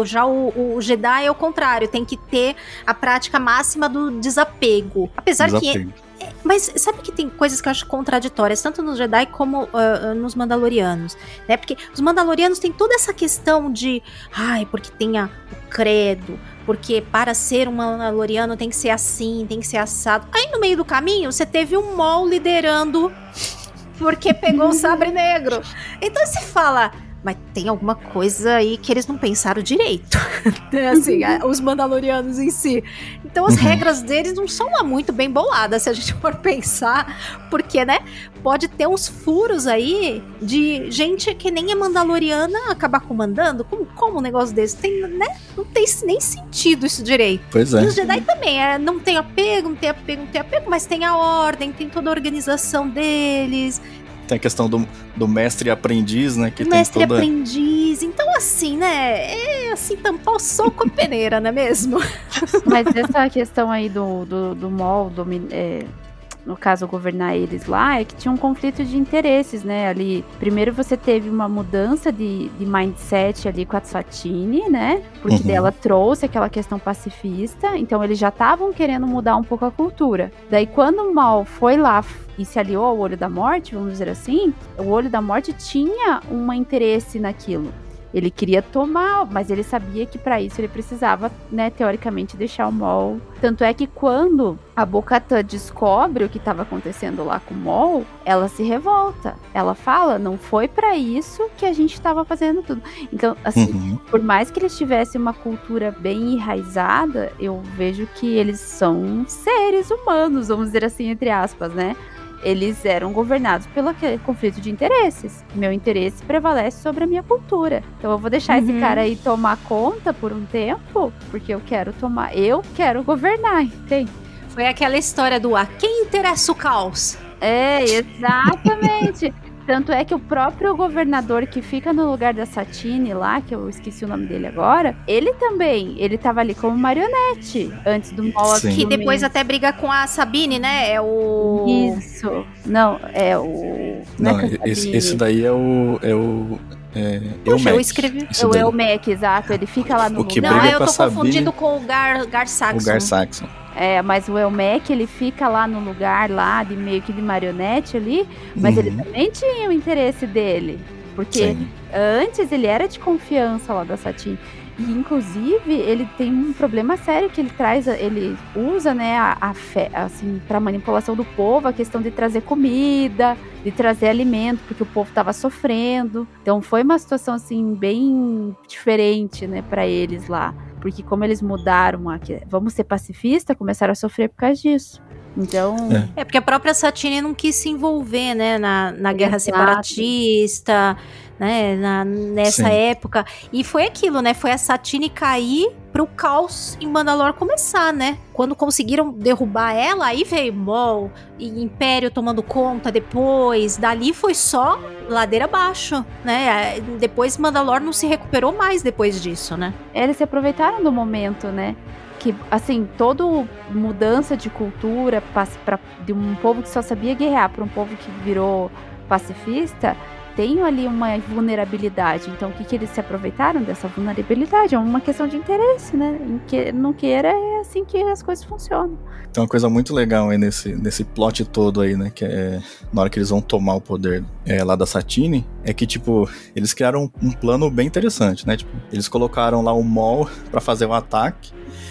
o Jedi é o contrário, tem que ter a prática máxima do desapego. Apesar que... Mas sabe que tem coisas que eu acho contraditórias, tanto nos Jedi como nos Mandalorianos, né? Porque os Mandalorianos têm toda essa questão de... porque tem o credo, porque para ser um Mandaloriano tem que ser assim, tem que ser assado. Aí no meio do caminho, você teve um Maul liderando porque pegou o sabre negro. Então você fala... Mas tem alguma coisa aí que eles não pensaram direito. Assim, os Mandalorianos em si. Então as regras deles não são lá muito bem boladas, se a gente for pensar. Porque, né, pode ter uns furos aí de gente que nem é Mandaloriana acabar comandando. Como um negócio desse? Tem, né? Não tem nem sentido isso direito. Pois é. E os Jedi também, não tem apego, mas tem a ordem, tem toda a organização deles. Tem a questão do mestre e aprendiz, né? Que mestre tem toda... e aprendiz. Então, assim, né? É assim, tampar o sol com a peneira, não é mesmo? Mas essa questão aí do Maul, no caso, governar eles lá, é que tinha um conflito de interesses, né? Ali, primeiro você teve uma mudança de mindset ali com a Satine, né? Porque ela trouxe aquela questão pacifista, então eles já estavam querendo mudar um pouco a cultura. Daí, quando o Maul foi lá e se aliou ao Olho da Morte, vamos dizer assim, o Olho da Morte tinha um interesse naquilo. Ele queria tomar, mas ele sabia que para isso ele precisava, né, teoricamente, deixar o Maul. Tanto é que quando a Bo-Katan descobre o que estava acontecendo lá com o Maul, ela se revolta. Ela fala, não foi para isso que a gente estava fazendo tudo. Então, assim, por mais que eles tivessem uma cultura bem enraizada, eu vejo que eles são seres humanos, vamos dizer assim, entre aspas, né? Eles eram governados pelo conflito de interesses. Meu interesse prevalece sobre a minha cultura. Então eu vou deixar esse cara aí tomar conta por um tempo, porque eu quero governar, entende? Foi aquela história do a quem interessa o caos? Exatamente. Tanto é que o próprio governador que fica no lugar da Satine lá, que eu esqueci o nome dele agora, ele tava ali como marionete antes do Maul. Que depois até briga com a Sabine, né? Isso. Não, é o... Não, esse daí é o Poxa, eu Elmec. escrevi. Esse O daí. Elmec, exato. Ele fica lá no O que lugar. Não, briga eu pra tô Sabine, confundindo com o Gar Saxon. o Gar Saxon. Mas o Elmec, ele fica lá no lugar lá, de meio que de marionete ali, mas ele também tinha o interesse dele. Porque Sim. antes ele era de confiança lá da Satine. E, inclusive, ele tem um problema sério que ele usa, né, a fé, assim, pra manipulação do povo, a questão de trazer comida, de trazer alimento, porque o povo tava sofrendo. Então foi uma situação, assim, bem diferente, né, pra eles lá. Porque como eles mudaram vamos ser pacifistas, começaram a sofrer por causa disso. Então... É, porque a própria Satine não quis se envolver, né, na guerra Exato. separatista, né, nessa Sim. época. E foi aquilo, né, foi a Satine cair pro caos em Mandalor começar, né? Quando conseguiram derrubar ela, aí veio Maul e Império tomando conta depois. Dali foi só ladeira abaixo, né? Depois Mandalor não se recuperou mais depois disso, né? Eles se aproveitaram do momento, né? Que, assim, toda mudança de cultura de um povo que só sabia guerrear para um povo que virou pacifista, tem ali uma vulnerabilidade. Então, o que eles se aproveitaram dessa vulnerabilidade? É uma questão de interesse, né? Não queira, é assim que as coisas funcionam. Tem uma coisa muito legal aí nesse plot todo aí, né? Que é na hora que eles vão tomar o poder lá da Satine, é que, tipo, eles criaram um plano bem interessante, né? Tipo, eles colocaram lá o Maul pra fazer o ataque.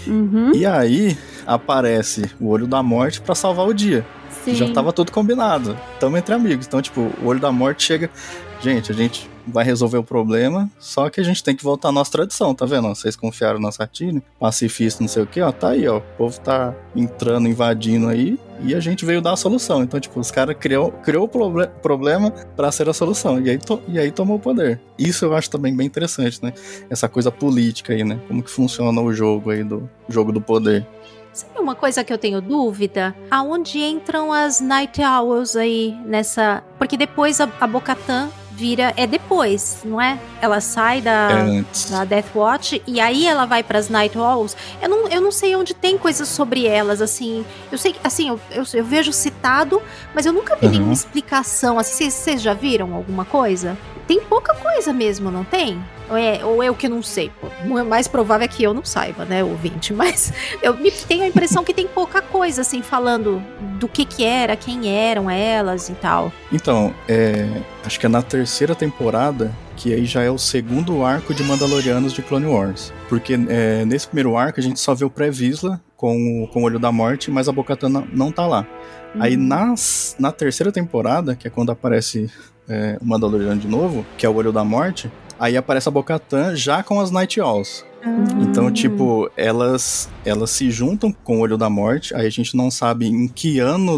E aí aparece o Olho da Morte pra salvar o dia. Sim. Já tava tudo combinado. Tamo entre amigos. Então, tipo, o Olho da Morte chega. Gente, a gente vai resolver o problema, só que a gente tem que voltar à nossa tradição, tá vendo? Vocês confiaram na Satine, pacifista, não sei o que, ó, tá aí, ó. O povo tá entrando, invadindo aí, e a gente veio dar a solução. Então, tipo, os caras criou o problema pra ser a solução. E aí tomou o poder. Isso eu acho também bem interessante, né? Essa coisa política aí, né? Como que funciona o jogo aí, do jogo do poder. Sabe uma coisa que eu tenho dúvida? Aonde entram as Night Owls aí nessa... Porque depois a Bo-Katan vira... É depois, não é? Ela sai da Death Watch e aí ela vai pras Night Owls. Eu não sei onde tem coisas sobre elas, assim. Eu sei que, assim, eu vejo citado, mas eu nunca vi nenhuma explicação. Assim, vocês já viram alguma coisa? Tem pouca coisa mesmo, não tem? Ou eu que não sei. O mais provável é que eu não saiba, né, ouvinte? Mas eu tenho a impressão que tem pouca coisa, assim, falando do que era, quem eram elas e tal. Então, acho que é na terceira temporada, que aí já é o segundo arco de Mandalorianos de Clone Wars. Porque nesse primeiro arco a gente só vê o Pré-Vizsla com o Olho da Morte, mas a Bo-Katan não tá lá. Aí na terceira temporada, que é quando aparece o Mandaloriano de novo, que é o Olho da Morte, aí aparece a Bo-Katan já com as Night Owls. Então, tipo, elas se juntam com o Olho da Morte, aí a gente não sabe em que ano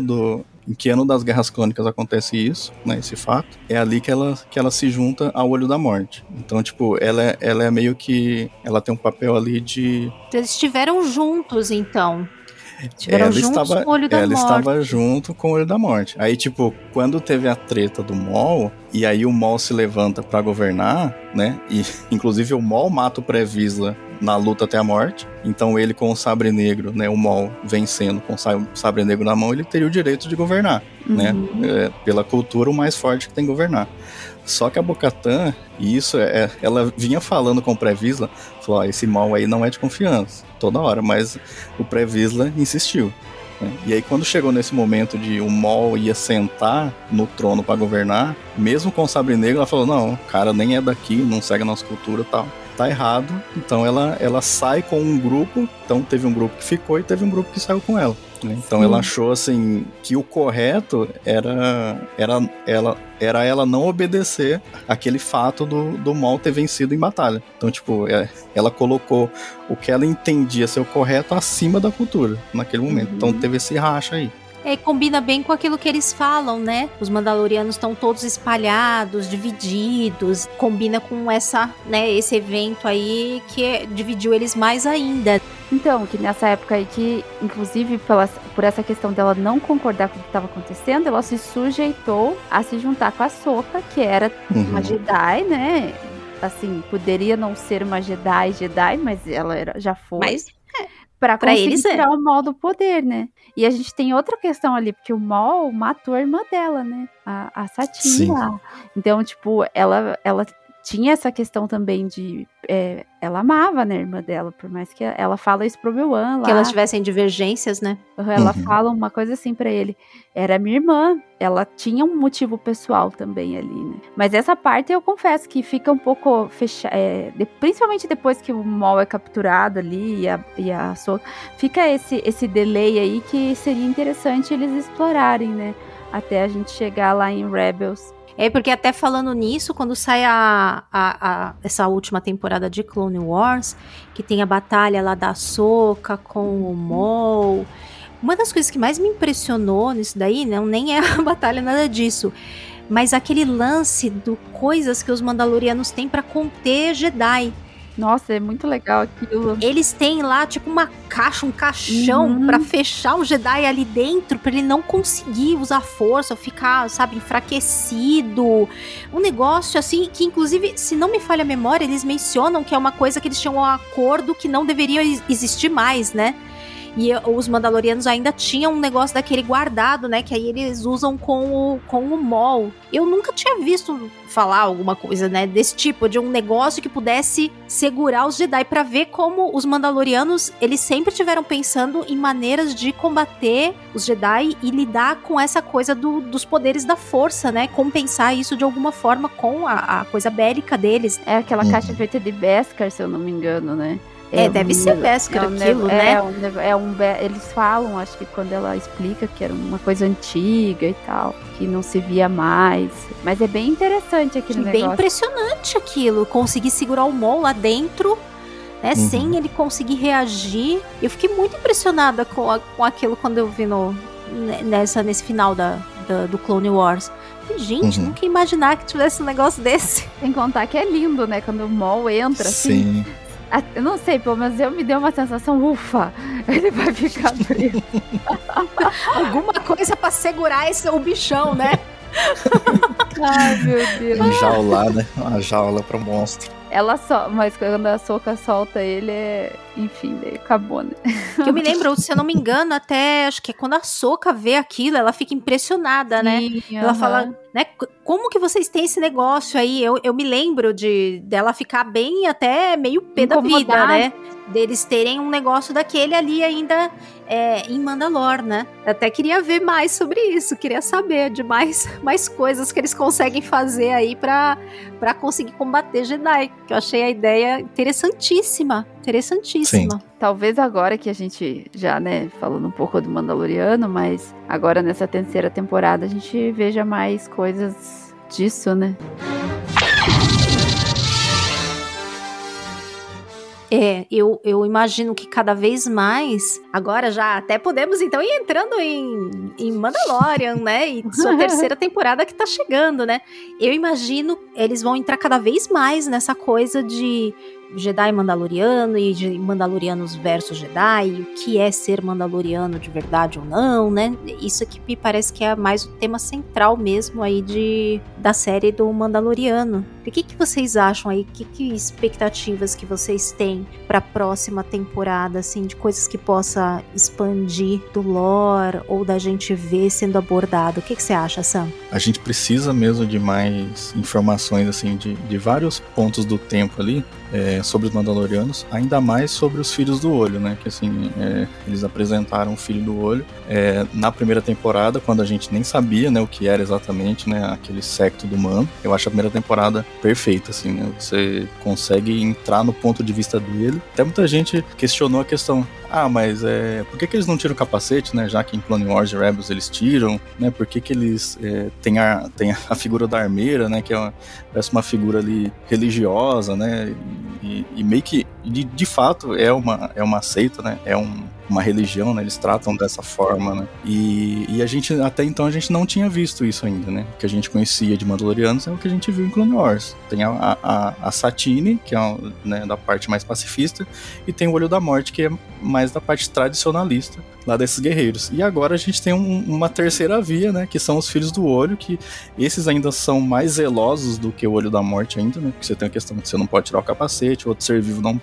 das Guerras Clônicas acontece isso, né, esse fato. É ali que ela se junta ao Olho da Morte. Então, tipo, ela é meio que... Ela tem um papel ali de... Eles estiveram juntos, então. Estiveram juntos com o Olho da Morte. Ela estava junto com o Olho da Morte. Aí, tipo, quando teve a treta do Maul, e aí o Maul se levanta pra governar, né? E, inclusive, o Maul mata o Pré-Vizsla na luta até a morte. Então, ele com o Sabre Negro, né? O Maul vencendo com o Sabre Negro na mão, ele teria o direito de governar, né? Pela cultura, o mais forte que tem que governar. Só que a Bo-Katan, e isso ela vinha falando com o Pré-Vizsla, falou, ó, esse Maul aí não é de confiança, toda hora, mas o Pré-Vizsla insistiu. Né? E aí quando chegou nesse momento de o Maul ia sentar no trono para governar, mesmo com o Sabre Negro, ela falou, não, o cara nem é daqui, não segue a nossa cultura e tal. Tá errado, então ela sai com um grupo, então teve um grupo que ficou e teve um grupo que saiu com ela. Né? Então ela achou assim que o correto era ela não obedecer aquele fato do Maul ter vencido em batalha. Então, tipo, ela colocou o que ela entendia ser o correto acima da cultura naquele momento. Então teve esse racha aí. Combina bem com aquilo que eles falam, né? Os Mandalorianos estão todos espalhados, divididos. Combina com esse evento aí que dividiu eles mais ainda. Então, que nessa época aí que, inclusive, por essa questão dela não concordar com o que estava acontecendo, ela se sujeitou a se juntar com a Ahsoka, que era uma Jedi, né? Assim, poderia não ser uma Jedi, mas ela já foi. Pra conseguir eles tirar o Maul do poder, né? E a gente tem outra questão ali, porque o Maul matou a irmã dela, né? A Satine Sim. lá. Então, tipo, ela tinha essa questão também de... ela amava, né, a irmã dela, por mais que ela fala isso pro Obi-Wan lá. Que elas tivessem divergências, né? Ela fala uma coisa assim pra ele. Era minha irmã. Ela tinha um motivo pessoal também ali, né? Mas essa parte eu confesso que fica um pouco fechada. Principalmente depois que o Maul é capturado ali e a Ahsoka. Fica esse delay aí que seria interessante eles explorarem, né? Até a gente chegar lá em Rebels. Porque até falando nisso, quando sai essa última temporada de Clone Wars, que tem a batalha lá da Ahsoka com o Maul, uma das coisas que mais me impressionou nisso daí, não, nem é a batalha, nada disso, mas aquele lance do coisas que os Mandalorianos têm pra conter Jedi. Nossa, é muito legal aquilo. Eles têm lá, tipo, uma caixa, um caixão pra fechar um Jedi ali dentro, pra ele não conseguir usar força, ficar, sabe, enfraquecido. Um negócio, assim, que inclusive, se não me falha a memória, eles mencionam que é uma coisa que eles tinham um acordo que não deveria existir mais, né? E os Mandalorianos ainda tinham um negócio daquele guardado, né? Que aí eles usam com o Maul. Eu nunca tinha visto falar alguma coisa, né? Desse tipo, de um negócio que pudesse segurar os Jedi, pra ver como os Mandalorianos, eles sempre tiveram pensando em maneiras de combater os Jedi e lidar com essa coisa dos poderes da força, né? Compensar isso de alguma forma com a coisa bélica deles. É aquela caixa feita de Beskar, se eu não me engano, né? Deve ser Beskar aquilo, né? Eles falam, acho que quando ela explica que era uma coisa antiga e tal, que não se via mais. Mas é bem interessante aquele negócio. Bem impressionante aquilo, conseguir segurar o Maul lá dentro, né? Sem ele conseguir reagir. Eu fiquei muito impressionada com aquilo quando eu vi nesse final do Clone Wars. Gente, nunca ia imaginar que tivesse um negócio desse. Sem contar que é lindo, né? Quando o Maul entra, assim... Eu não sei, pelo menos eu me deu uma sensação, ufa, ele vai ficar preso. Alguma coisa pra segurar o bichão, né? Ai, meu Deus. Enjaular, né? Uma jaula pro monstro. Mas quando a Ahsoka solta ele, enfim, daí acabou, né? Que eu me lembro, se eu não me engano, até acho que é quando a Ahsoka vê aquilo, ela fica impressionada, né? Ela fala, né? Como que vocês têm esse negócio aí? Eu me lembro dela ficar bem até meio pé da vida, né? Deles terem um negócio daquele ali ainda em Mandalore, né? Até queria ver mais sobre isso, queria saber de mais coisas que eles conseguem fazer aí pra conseguir combater Jedi, que eu achei a ideia interessantíssima. Sim. Talvez agora que a gente já, né, falando um pouco do Mandaloriano, mas agora nessa terceira temporada a gente veja mais coisas disso, né? Eu imagino que cada vez mais, agora já até podemos então ir entrando em Mandalorian, né, e sua terceira temporada que tá chegando, né, eu imagino eles vão entrar cada vez mais nessa coisa de Jedi Mandaloriano e de Mandalorianos versus Jedi, o que é ser Mandaloriano de verdade ou não, né? Isso aqui me parece que é mais o tema central mesmo aí da série do Mandaloriano. O que vocês acham aí? Que expectativas que vocês têm pra próxima temporada, assim, de coisas que possa expandir do lore ou da gente ver sendo abordado? O que você acha, Sam? A gente precisa mesmo de mais informações, assim, de vários pontos do tempo ali, sobre os Mandalorianos, ainda mais sobre os Filhos do Olho, né? Que assim, eles apresentaram o Filho do Olho na primeira temporada, quando a gente nem sabia, né, o que era exatamente, né, aquele secto do Mando. Eu acho a primeira temporada perfeita, assim, né? Você consegue entrar no ponto de vista dele. Até muita gente questionou a questão, mas por que eles não tiram o capacete, né? Já que em Clone Wars e Rebels eles tiram, né? Por que eles têm a figura da armeira, né? Que parece uma figura ali religiosa, né? E meio que, de fato, é uma seita, né? É uma religião, né? Eles tratam dessa forma, né? E a gente, até então, a gente não tinha visto isso ainda, né? O que a gente conhecia de Mandalorianos é o que a gente viu em Clone Wars. Tem a Satine, que é né, da parte mais pacifista, e tem o Olho da Morte, que é mais da parte tradicionalista lá desses guerreiros. E agora a gente tem uma terceira via, né? Que são os Filhos do Olho, que esses ainda são mais zelosos do que o Olho da Morte ainda, né? Porque você tem a questão que você não pode tirar o capacete, o outro ser vivo não pode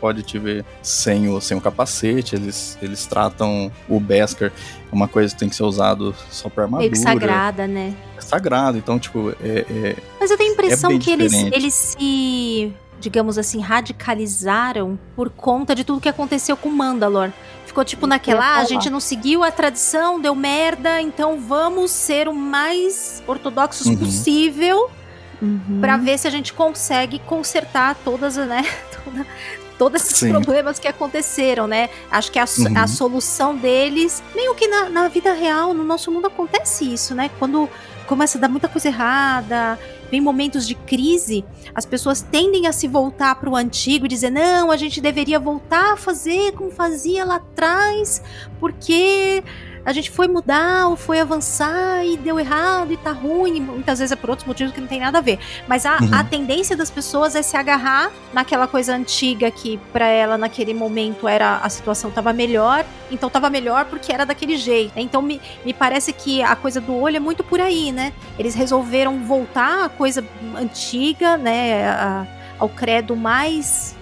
pode te ver sem o capacete, eles tratam o Beskar, uma coisa que tem que ser usado só pra armadura. Meio que sagrada, né? É sagrado, então, tipo, Mas eu tenho a impressão que diferente. eles se, digamos assim, radicalizaram por conta de tudo que aconteceu com Mandalor. Ficou tipo naquela, a gente não seguiu a tradição, deu merda, então vamos ser o mais ortodoxos possível pra ver se a gente consegue consertar todas, né, todos esses problemas que aconteceram, né? Acho que a solução deles, meio que na vida real, no nosso mundo acontece isso, né? Quando começa a dar muita coisa errada, vem momentos de crise, as pessoas tendem a se voltar para o antigo e dizer, não, a gente deveria voltar a fazer como fazia lá atrás, porque a gente foi mudar ou foi avançar e deu errado e tá ruim, e muitas vezes é por outros motivos que não tem nada a ver. Mas a tendência das pessoas é se agarrar naquela coisa antiga que pra ela naquele momento a situação tava melhor, então tava melhor porque era daquele jeito. Então me parece que a coisa do olho é muito por aí, né? Eles resolveram voltar à coisa antiga, né? Ao credo mais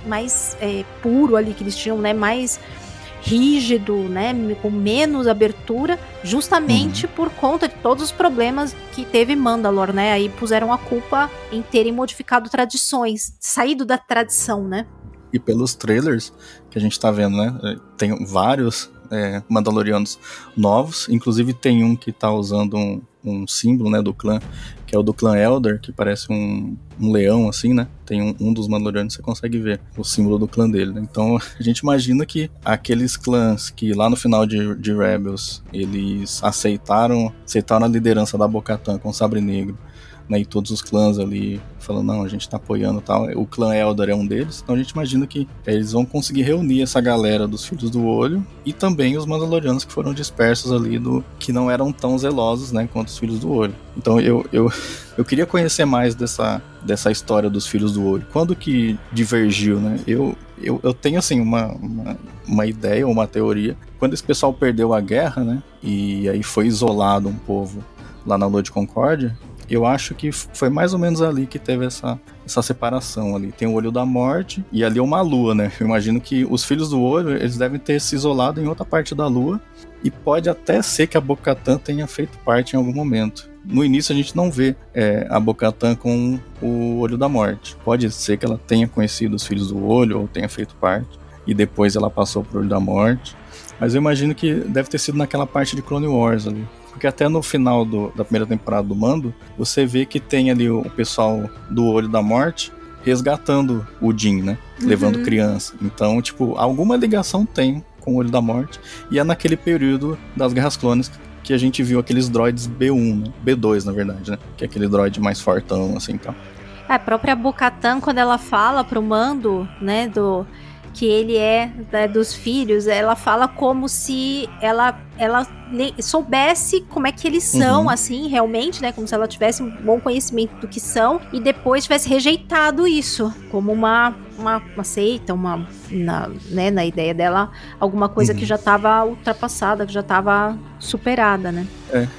puro ali que eles tinham, né? Mais rígido, né, com menos abertura, justamente por conta de todos os problemas que teve Mandalor, né, aí puseram a culpa em terem modificado tradições, saído da tradição, né. E pelos trailers que a gente tá vendo, né, tem vários Mandalorianos novos, inclusive tem um que tá usando um símbolo, né, do clã, que é o do clã Elder, que parece um leão, assim, né? Tem um dos Mandalorianos, você consegue ver o símbolo do clã dele, né? Então, a gente imagina que aqueles clãs que lá no final de Rebels, eles aceitaram a liderança da Bo-Katan com o Sabre Negro, né, e todos os clãs ali falando, não, a gente tá apoiando e tal. O clã Eldar é um deles, então a gente imagina que eles vão conseguir reunir essa galera dos Filhos do Olho e também os Mandalorianos que foram dispersos ali, que não eram tão zelosos, né, quanto os Filhos do Olho. Então eu queria conhecer mais dessa história dos Filhos do Olho. Quando que divergiu, né? Eu tenho, assim, uma ideia, uma teoria. Quando esse pessoal perdeu a guerra, né, e aí foi isolado um povo lá na Lua de Concórdia, eu acho que foi mais ou menos ali que teve essa separação ali. Tem o Olho da Morte e ali é uma lua, né? Eu imagino que os Filhos do Olho, eles devem ter se isolado em outra parte da lua e pode até ser que a Bo-Katan tenha feito parte em algum momento. No início a gente não vê a Bo-Katan com o Olho da Morte. Pode ser que ela tenha conhecido os Filhos do Olho ou tenha feito parte e depois ela passou pro Olho da Morte. Mas eu imagino que deve ter sido naquela parte de Clone Wars ali. Porque até no final da primeira temporada do Mando, você vê que tem ali o pessoal do Olho da Morte resgatando o Din, né? Levando criança. Então, tipo, alguma ligação tem com o Olho da Morte. E é naquele período das Guerras Clones que a gente viu aqueles droids B1, né? B2, na verdade, né? Que é aquele droid mais fortão, assim, então. A própria Bo-Katan, quando ela fala pro Mando, né, que ele é dos filhos, ela fala como se ela soubesse como é que eles são, assim, realmente, né, como se ela tivesse um bom conhecimento do que são, e depois tivesse rejeitado isso, como uma seita, na ideia dela, alguma coisa que já estava ultrapassada, que já estava superada, né.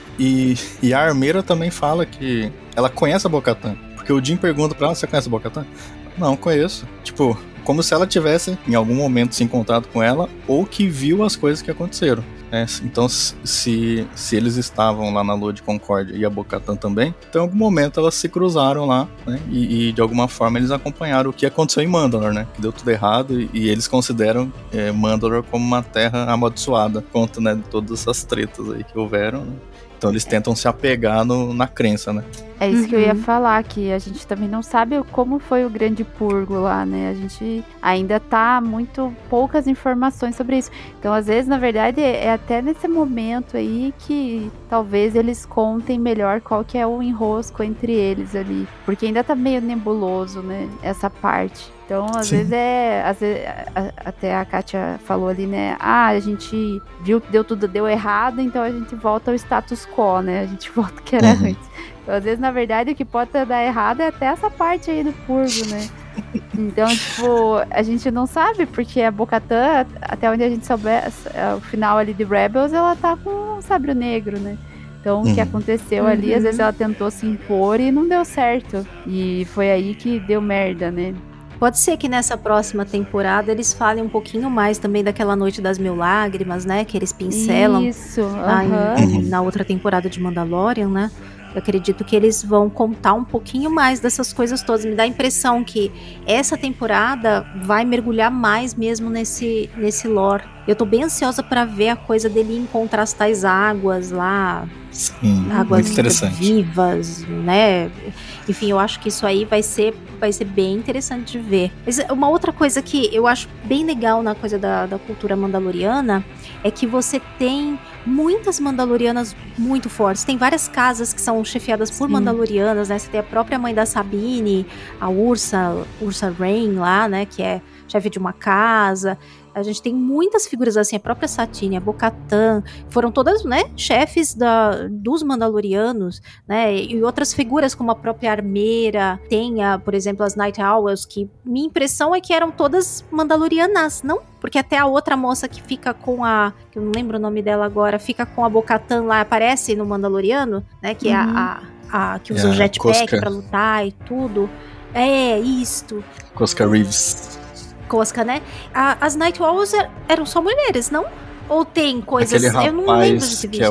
E a armeira também fala que ela conhece a Bo-Katan, porque o Din pergunta pra ela, você conhece a Bo-Katan? Não, conheço. Tipo, como se ela tivesse em algum momento se encontrado com ela ou que viu as coisas que aconteceram. Então, se eles estavam lá na Lua de Concórdia e a Bo-Katan também, então em algum momento elas se cruzaram lá, né? E de alguma forma eles acompanharam o que aconteceu em Mandalor, né? Que deu tudo errado e eles consideram Mandalor como uma terra amaldiçoada, conta, né, de todas essas tretas aí que houveram, né? Então eles tentam se apegar na crença, né? É isso que eu ia falar, que a gente também não sabe como foi o grande purgo lá, né? A gente ainda tá muito poucas informações sobre isso. Então, às vezes, na verdade, é até nesse momento aí que talvez eles contem melhor qual que é o enrosco entre eles ali. Porque ainda tá meio nebuloso, né? Essa parte. Então, às vezes até a Kátia falou ali, né? A gente viu que deu errado, então a gente volta ao status quo, né? A gente volta ao que era antes. Então, às vezes, na verdade, o que pode dar errado é até essa parte aí do purgo, né? Então, tipo, a gente não sabe, porque a Bo-Katan, até onde a gente souber, o final ali de Rebels, ela tá com um sabre negro, né? Então, o que aconteceu ali, às vezes ela tentou se impor e não deu certo. E foi aí que deu merda, né? Pode ser que nessa próxima temporada eles falem um pouquinho mais também daquela Noite das Mil Lágrimas, né? Que eles pincelam. Isso, na outra temporada de Mandalorian, né? Eu acredito que eles vão contar um pouquinho mais dessas coisas todas. Me dá a impressão que essa temporada vai mergulhar mais mesmo nesse lore. Eu tô bem ansiosa pra ver a coisa dele encontrar as tais águas lá. Sim, águas muito interessante. vivas, né? Enfim, eu acho que isso aí vai ser bem interessante de ver. Mas uma outra coisa que eu acho bem legal na coisa da cultura mandaloriana é que você tem muitas mandalorianas muito fortes. Tem várias casas que são chefiadas por mandalorianas, né? Você tem a própria mãe da Sabine, a Ursa Rain lá, né? Que é chefe de uma casa. A gente tem muitas figuras assim, a própria Satine, a Bo-Katan, foram todas, né, chefes dos Mandalorianos, né, e outras figuras como a própria Armeira, tem, por exemplo, as Night Owls, que minha impressão é que eram todas Mandalorianas, não? Porque até a outra moça que fica com que eu não lembro o nome dela agora, fica com a Bo-Katan lá, aparece no Mandaloriano, né, que é a que usa o jetpack pra lutar e tudo. É, isto. Koska Reeves. Koska, né? As Night Owls eram só mulheres, não? Ou tem coisas... Aquele rapaz, eu não lembro de ter visto.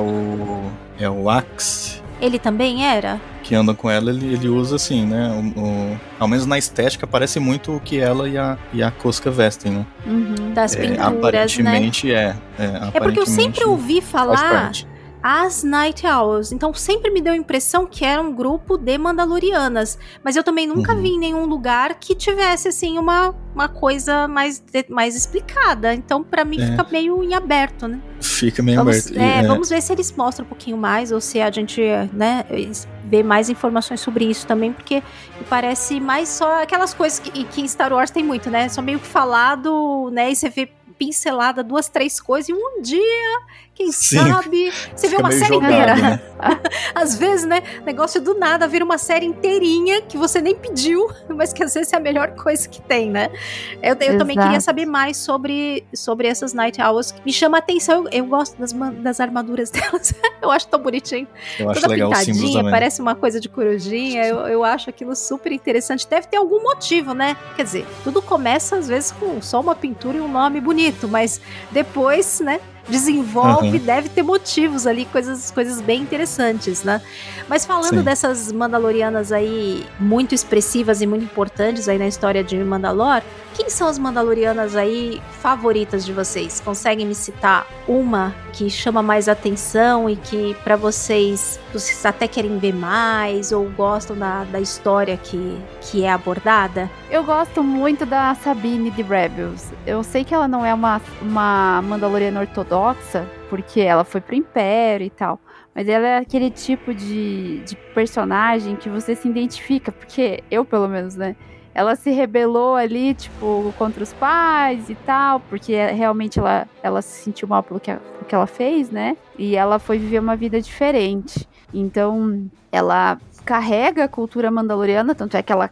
Que é o Axe. Ele também era? Que anda com ela, ele usa assim, né? Ao menos na estética, parece muito o que ela e a Koska vestem, né? Das pinturas, aparentemente, né? É porque eu sempre ouvi falar as Night Owls, então sempre me deu a impressão que era um grupo de Mandalorianas, mas eu também nunca vi em nenhum lugar que tivesse assim uma coisa mais explicada, então pra mim fica meio em aberto, né? Fica meio aberto. Vamos ver se eles mostram um pouquinho mais, ou se a gente, né, vê mais informações sobre isso também, porque parece mais só aquelas coisas que em Star Wars tem muito, né? Só meio que falado, né, e você vê pincelada 2, 3 coisas, e um dia, quem sabe, você vê uma série inteira. Né? Às vezes, né, negócio do nada vira uma série inteirinha que você nem pediu, mas que às vezes é a melhor coisa que tem, né? Eu também queria saber mais sobre essas Night Owls. Me chama a atenção, eu gosto das armaduras delas. Eu acho tão bonitinho. Eu acho toda legal pintadinha, parece uma coisa de corujinha. Eu acho aquilo super interessante. Deve ter algum motivo, né? Quer dizer, tudo começa às vezes com só uma pintura e um nome bonito, mas depois, né, desenvolve, deve ter motivos ali, coisas bem interessantes, né? Mas falando dessas Mandalorianas aí, muito expressivas e muito importantes aí na história de Mandalor, quem são as Mandalorianas aí favoritas de vocês? Conseguem me citar uma que chama mais atenção e que pra vocês até querem ver mais ou gostam da história que é abordada? Eu gosto muito da Sabine de Rebels. Eu sei que ela não é uma Mandaloriana ortodoxa, porque ela foi pro Império e tal, mas ela é aquele tipo de personagem que você se identifica, porque eu, pelo menos, né, ela se rebelou ali, tipo, contra os pais e tal, porque realmente ela se sentiu mal pelo que ela fez, né, e ela foi viver uma vida diferente. Então, ela carrega a cultura mandaloriana, tanto é que ela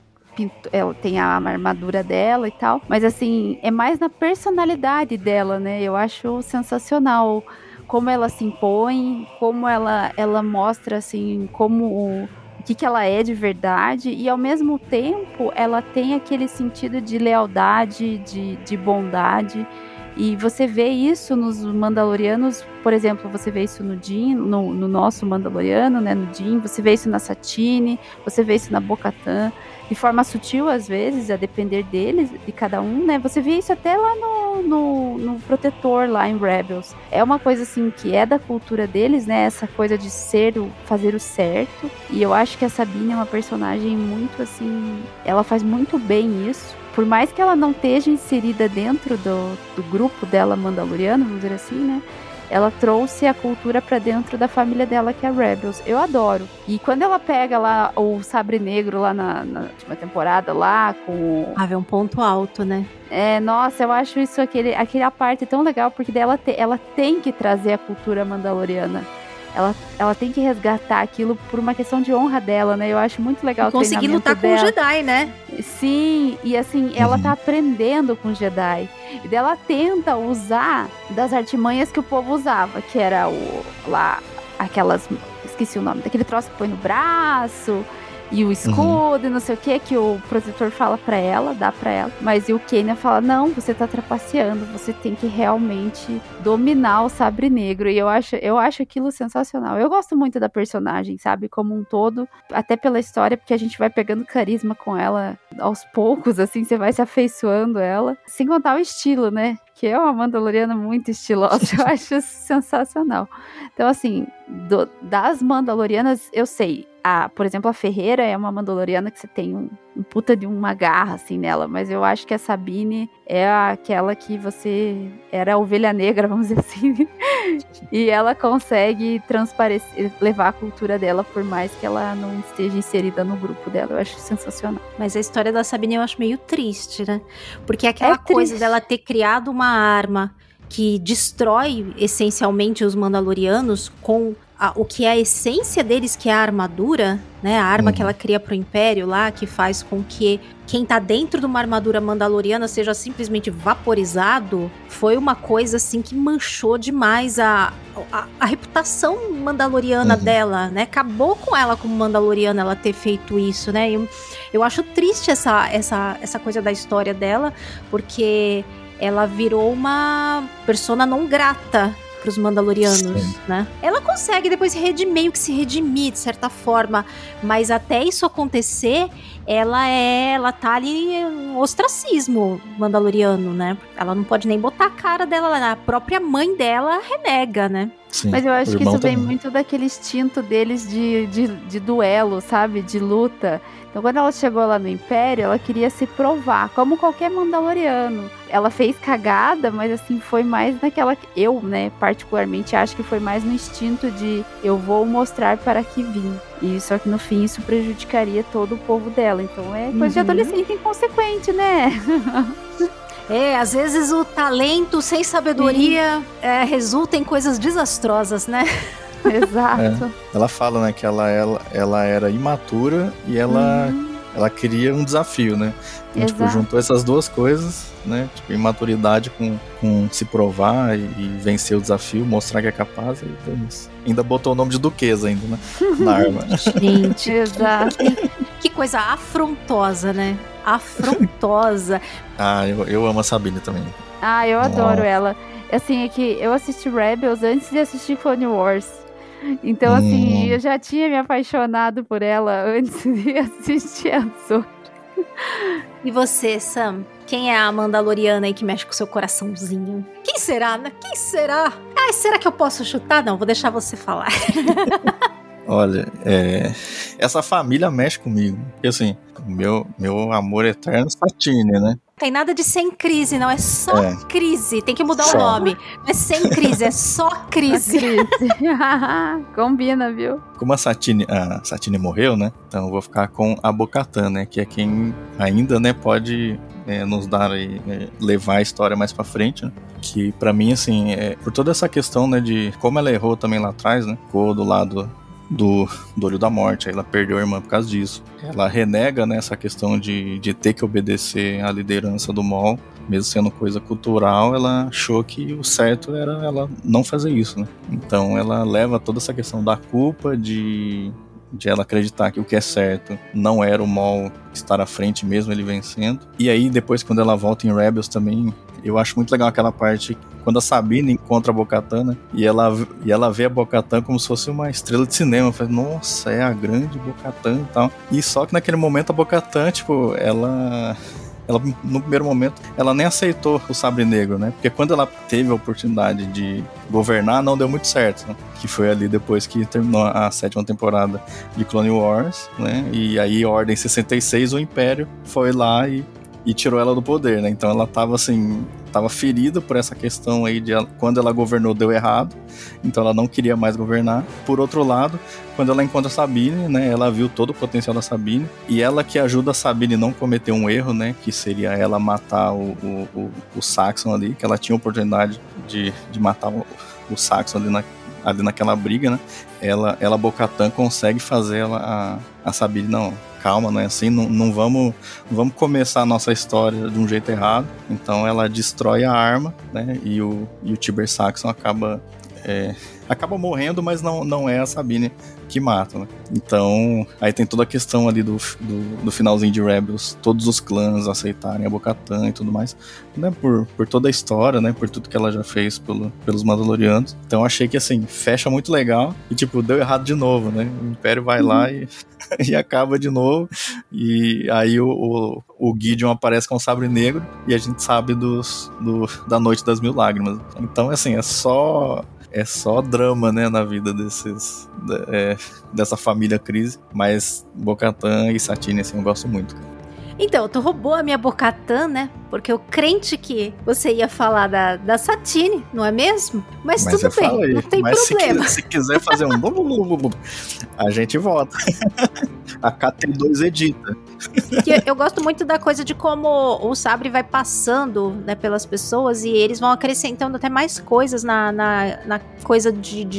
tem a armadura dela e tal, mas assim, é mais na personalidade dela, né? Eu acho sensacional como ela se impõe, como ela mostra assim, como o que ela é de verdade, e ao mesmo tempo ela tem aquele sentido de lealdade, de bondade. E você vê isso nos Mandalorianos, por exemplo, você vê isso no Din, no nosso Mandaloriano, né, no Din, você vê isso na Satine, você vê isso na Bo-Katan, de forma sutil às vezes, a depender deles, de cada um, né, você vê isso até lá no Protetor, lá em Rebels. É uma coisa assim que é da cultura deles, né, essa coisa de fazer o certo, e eu acho que a Sabine é uma personagem muito assim, ela faz muito bem isso. Por mais que ela não esteja inserida dentro do grupo dela mandaloriano, vamos dizer assim, né? Ela trouxe a cultura pra dentro da família dela, que é a Rebels. Eu adoro. E quando ela pega lá o Sabre Negro lá na última temporada, lá com... é um ponto alto, né? Nossa, eu acho isso aquela parte tão legal, porque daí ela tem que trazer a cultura mandaloriana. Ela tem que resgatar aquilo por uma questão de honra dela, né? Eu acho muito legal o treinamento dela. Conseguir lutar com o Jedi, né? Sim, e assim, ela tá aprendendo com o Jedi. E daí ela tenta usar das artimanhas que o povo usava, que era aquelas... Esqueci o nome, daquele troço que põe no braço, e o escudo e não sei o que o protetor fala pra ela, dá pra ela. Mas e o Kanan fala, não, você tá trapaceando, você tem que realmente dominar o sabre negro. E eu acho aquilo sensacional. Eu gosto muito da personagem, sabe? Como um todo, até pela história, porque a gente vai pegando carisma com ela aos poucos, assim, você vai se afeiçoando ela. Sem contar o estilo, né? Que é uma Mandaloriana muito estilosa, eu acho sensacional. Então, assim, das Mandalorianas, eu sei. Por exemplo, a Ferreira é uma Mandaloriana que você tem um puta de uma garra, assim, nela. Mas eu acho que a Sabine é aquela que você era a ovelha negra, vamos dizer assim. E ela consegue transparecer, levar a cultura dela, por mais que ela não esteja inserida no grupo dela. Eu acho sensacional. Mas a história da Sabine eu acho meio triste, né? Porque aquela coisa dela ter criado uma arma que destrói essencialmente os Mandalorianos com o que é a essência deles, que é a armadura, né? A arma que ela cria pro Império lá, que faz com que quem tá dentro de uma armadura mandaloriana seja simplesmente vaporizado, foi uma coisa assim que manchou demais a reputação mandaloriana dela, né? Acabou com ela como mandaloriana ela ter feito isso, né? Eu acho triste essa coisa da história dela, porque ela virou uma persona não grata pros Mandalorianos, né? Ela consegue depois meio que se redimir de certa forma, mas até isso acontecer, ela tá ali no ostracismo mandaloriano, né? Ela não pode nem botar a cara dela lá, a própria mãe dela renega, né? Sim, mas eu acho que isso vem também. muito daquele instinto deles de duelo, sabe? De luta. Então, quando ela chegou lá no Império, ela queria se provar, como qualquer Mandaloriano. Ela fez cagada, mas assim, foi mais naquela... Eu, né, particularmente, acho que foi mais no instinto de eu vou mostrar para que vim. E só que no fim isso prejudicaria todo o povo dela. Então é coisa de adolescente inconsequente, né? Às vezes o talento sem sabedoria resulta em coisas desastrosas, né? Exato. Ela fala, né, que ela era imatura e ela queria um desafio, né? Então, tipo, juntou essas duas coisas, né? Tipo, imaturidade com se provar e vencer o desafio, mostrar que é capaz, e deu isso. Ainda botou o nome de duquesa ainda, né? Na arma. Gente, exato. Que coisa afrontosa, né? Afrontosa. Eu amo a Sabine também. Eu adoro ela. Assim, é que eu assisti Rebels antes de assistir Clone Wars. Então, assim, eu já tinha me apaixonado por ela antes de assistir as outras. E você, Sam? Quem é a Mandaloriana aí que mexe com o seu coraçãozinho? Quem será, né? Quem será? Será que eu posso chutar? Não, vou deixar você falar. Olha, essa família mexe comigo. Porque, assim, meu amor eterno é Satine, né? Tem nada de sem crise, não. É só crise. Tem que mudar o nome. Não é sem crise, é só crise. Combina, viu? Como a Satine morreu, né? Então eu vou ficar com a Bo-Katan, né? Que é quem ainda, né, pode nos dar aí, levar a história mais pra frente, né? Que pra mim, assim, por toda essa questão, né, de como ela errou também lá atrás, né? Ficou do lado do Olho da Morte, aí ela perdeu a irmã por causa disso. Ela renega, né, essa questão de ter que obedecer à liderança do Maul, mesmo sendo coisa cultural. Ela achou que o certo era ela não fazer isso, né? Então ela leva toda essa questão da culpa de ela acreditar que o que é certo não era o Maul estar à frente mesmo ele vencendo. E aí depois, quando ela volta em Rebels também, eu acho muito legal aquela parte quando a Sabine encontra a Bo-Katan, né? E ela vê a Bo-Katan como se fosse uma estrela de cinema. Fala, nossa, é a grande Bo-Katan e tal. E só que naquele momento a Bo-Katan, tipo, ela no primeiro momento, ela nem aceitou o Sabre Negro, né? Porque quando ela teve a oportunidade de governar, não deu muito certo, né? Que foi ali depois que terminou a 7ª temporada de Clone Wars, né? E aí, Ordem 66, o Império foi lá e tirou ela do poder, né? Então ela tava assim, tava ferida por essa questão aí de quando ela governou deu errado, então ela não queria mais governar. Por outro lado, quando ela encontra a Sabine, né, ela viu todo o potencial da Sabine, e ela que ajuda a Sabine a não cometer um erro, né, que seria ela matar o Saxon ali, que ela tinha a oportunidade de matar o Saxon ali naquela briga, né? Ela Bo-Katan consegue fazer a Sabine, não, calma, não é assim, não vamos começar a nossa história de um jeito errado. Então ela destrói a arma, né? E o Tiber Saxon acaba acaba morrendo, mas não é a Sabine que mata, né? Então, aí tem toda a questão ali do finalzinho de Rebels, todos os clãs aceitarem a Bo-Katan e tudo mais, né? Por toda a história, né? Por tudo que ela já fez pelos Mandalorianos. Então, achei que, assim, fecha muito legal e, tipo, deu errado de novo, né? O Império vai lá e acaba de novo. E aí o Gideon aparece com o sabre negro e a gente sabe da Noite das Mil Lágrimas. Então, assim, é só drama, né, na vida dessa família Kryze, mas Bo-Katan e Satine, assim, eu gosto muito. Então, tu roubou a minha Bo-Katan, né? Porque eu crente que você ia falar da Satine, não é mesmo? Mas tudo bem, falei, não tem problema. Se quiser fazer um a gente volta. A KT2 edita. Eu gosto muito da coisa de como o sabre vai passando, né, pelas pessoas e eles vão acrescentando até mais coisas na coisa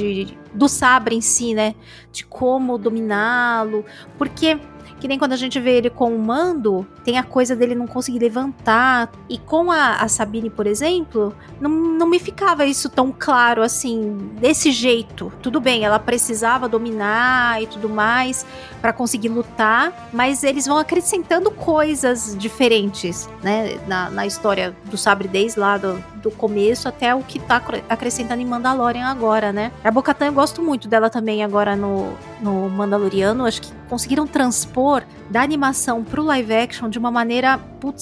do sabre em si, né? De como dominá-lo. Porque, que nem quando a gente vê ele com o Mando, tem a coisa dele não conseguir levantar. E com a Sabine, por exemplo, não me ficava isso tão claro assim, desse jeito. Tudo bem, ela precisava dominar e tudo mais para conseguir lutar, mas eles vão acrescentando coisas diferentes, né, na história do sabre desde lá do começo até o que tá acrescentando em Mandalorian agora, né? A Bo-Katan eu gosto muito dela também agora no Mandaloriano. Acho que conseguiram transpor da animação pro live action de uma maneira,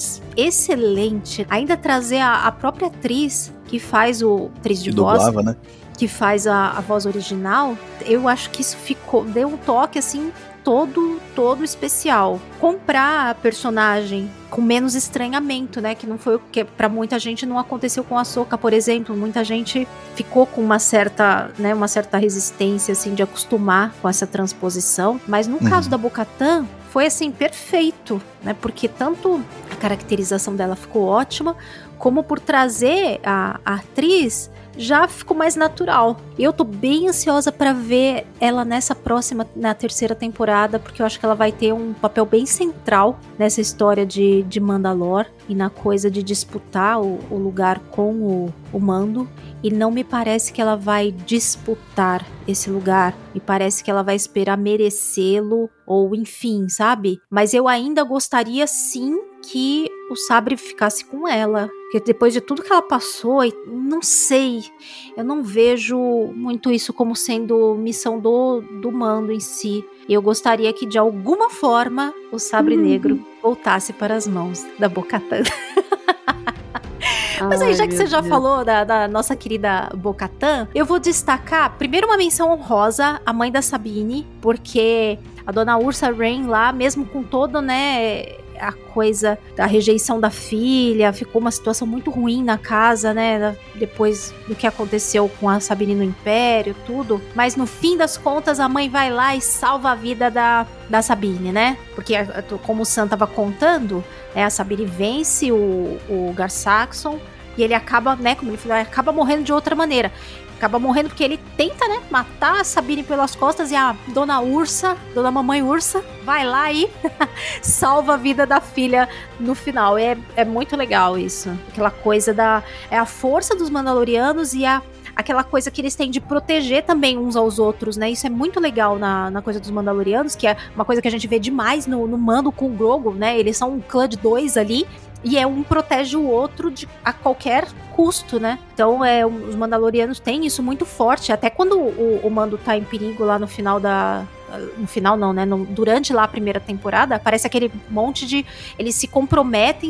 excelente. Ainda trazer a própria atriz que faz atriz de voz, dublava, né? Que faz a voz original. Eu acho que isso deu um toque assim todo especial. Comprar a personagem com menos estranhamento, né? Que não foi o que pra muita gente não aconteceu com a Ahsoka, por exemplo. Muita gente ficou com uma certa resistência, assim, de acostumar com essa transposição. Mas no caso da Bo-Katan, foi, assim, perfeito, né? Porque tanto a caracterização dela ficou ótima, como por trazer a atriz já ficou mais natural. Eu tô bem ansiosa pra ver ela na terceira temporada, porque eu acho que ela vai ter um papel bem central nessa história de Mandalor e na coisa de disputar o lugar com o Mando. E não me parece que ela vai disputar esse lugar. Me parece que ela vai esperar merecê-lo, ou enfim, sabe? Mas eu ainda gostaria sim que o sabre ficasse com ela. Porque depois de tudo que ela passou, não sei, eu não vejo muito isso como sendo missão do Mando em si. E eu gostaria que de alguma forma o sabre negro voltasse para as mãos da Bo-Katan. Mas aí, já que você já falou da nossa querida Bo-Katan, eu vou destacar, primeiro, uma menção honrosa à mãe da Sabine, porque a dona Ursa Wren lá, mesmo com todo, né, a coisa da rejeição da filha, ficou uma situação muito ruim na casa, né, depois do que aconteceu com a Sabine no Império, tudo, mas no fim das contas a mãe vai lá e salva a vida da Sabine, né, porque como o Sam tava contando, a Sabine vence o Gar Saxon e ele acaba, né, como ele falou, acaba morrendo de outra maneira. Acaba morrendo porque ele tenta, né, matar a Sabine pelas costas e a dona mamãe Ursa, vai lá e salva a vida da filha no final. É muito legal isso. Aquela coisa é a força dos Mandalorianos e aquela coisa que eles têm de proteger também uns aos outros, né? Isso é muito legal na coisa dos Mandalorianos, que é uma coisa que a gente vê demais no Mando com o Grogu, né? Eles são um clã de dois ali. E um protege o outro a qualquer custo, né? Então, os Mandalorianos têm isso muito forte. Até quando o Mando tá em perigo lá no final no final não, né? Durante lá a primeira temporada, aparece aquele monte de... Eles se comprometem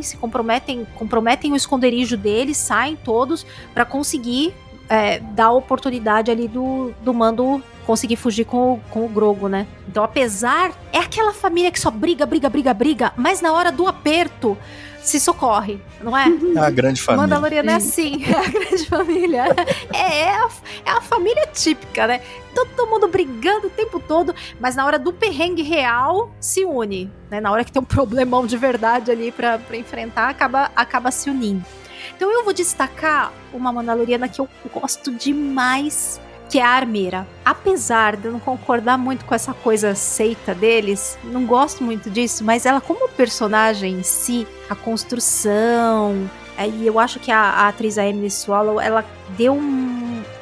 o esconderijo deles, saem todos pra conseguir dar a oportunidade ali do Mando conseguir fugir com o Grogu, né? Então, apesar... É aquela família que só briga, mas na hora do aperto se socorre, não é? É a grande família. Mandaloriano é assim, é a grande família. É a família típica, né? Todo mundo brigando o tempo todo, mas na hora do perrengue real, se une, né? Na hora que tem um problemão de verdade ali pra enfrentar, acaba se unindo. Então eu vou destacar uma Mandaloriana que eu gosto demais, que é a Armeira. Apesar de eu não concordar muito com essa coisa seita deles, não gosto muito disso, mas ela como personagem em si, a construção, e eu acho que a atriz, a Emily Swallow, ela deu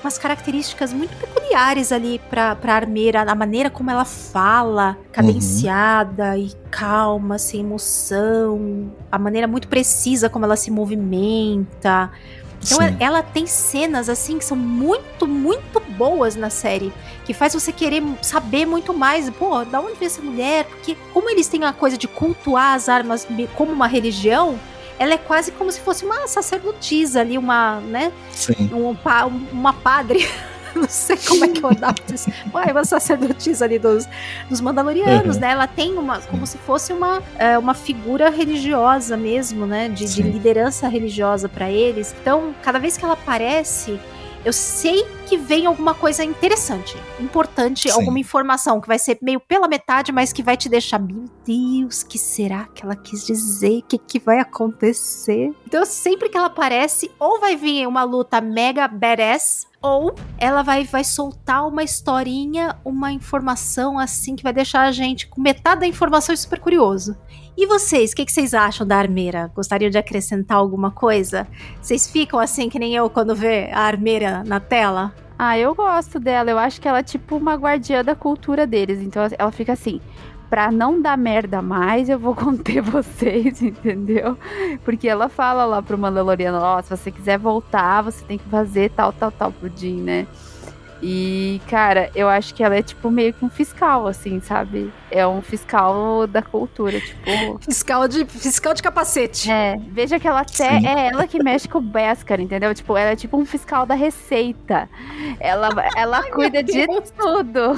umas características muito peculiares ali pra Armeira, a maneira como ela fala, cadenciada e calma, sem emoção, a maneira muito precisa como ela se movimenta. Então ela tem cenas assim que são muito, muito boas na série, que faz você querer saber muito mais. Pô, da onde veio essa mulher? Porque como eles têm a coisa de cultuar as armas como uma religião, ela é quase como se fosse uma sacerdotisa ali, uma, né? Sim. Uma padre. Não sei como é que eu adapto isso. Ué, uma sacerdotisa ali dos Mandalorianos, né? Ela tem como se fosse uma figura religiosa mesmo, né? De liderança religiosa pra eles. Então, cada vez que ela aparece, eu sei que vem alguma coisa interessante, importante, alguma informação que vai ser meio pela metade, mas que vai te deixar, meu Deus, o que será que ela quis dizer? O que vai acontecer? Então, sempre que ela aparece, ou vai vir uma luta mega badass, ou ela vai soltar uma historinha, uma informação assim que vai deixar a gente com metade da informação e super curioso. E vocês, o que vocês acham da Armeira? Gostariam de acrescentar alguma coisa? Vocês ficam assim que nem eu quando vê a Armeira na tela? Ah, eu gosto dela. Eu acho que ela é tipo uma guardiã da cultura deles. Então ela fica assim, pra não dar merda mais, eu vou conter vocês, entendeu? Porque ela fala lá pro Mandaloriano, ó, se você quiser voltar, você tem que fazer tal pro Din, né? E, cara, eu acho que ela é tipo meio que um fiscal, assim, sabe? É um fiscal da cultura, tipo... Fiscal de capacete. É, veja que ela até é ela que mexe com o Beskar, entendeu? Tipo, ela é tipo um fiscal da receita. Ela cuida de tudo.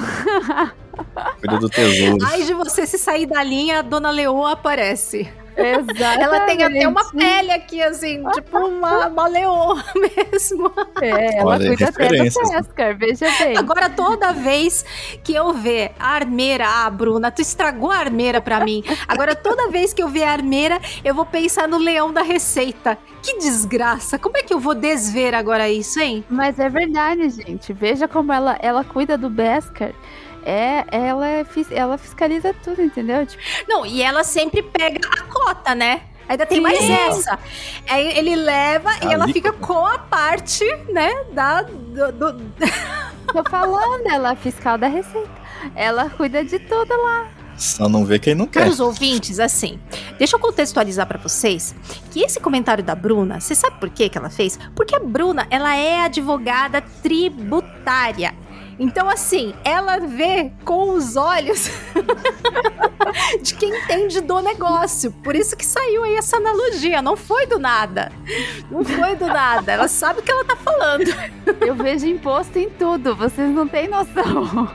Cuida do tesouro. Ai, de você se sair da linha, a Dona Leoa aparece. Exatamente. Ela tem até uma pele aqui, assim, tipo uma leoa mesmo. É, ela cuida até do Beskar, veja bem. Agora, toda vez que eu ver a Armeira, Bruna, tu estragou a Armeira pra mim. Agora, toda vez que eu ver a Armeira, eu vou pensar no leão da receita. Que desgraça. Como é que eu vou desver agora isso, hein? Mas é verdade, gente. Veja como ela cuida do Beskar. Ela fiscaliza tudo, entendeu? Tipo... Não, e ela sempre pega a cota, né? Ainda tem mais essa. Aí ele leva e ela fica com a parte, né, Tô falando, ela é fiscal da receita. Ela cuida de tudo lá. Só não vê quem não quer. Caros ouvintes, assim, deixa eu contextualizar pra vocês que esse comentário da Bruna, você sabe por que ela fez? Porque a Bruna, ela é advogada tributária. Então, assim, ela vê com os olhos de quem entende do negócio. Por isso que saiu aí essa analogia. Não foi do nada. Não foi do nada. Ela sabe o que ela tá falando. Eu vejo imposto em tudo. Vocês não têm noção.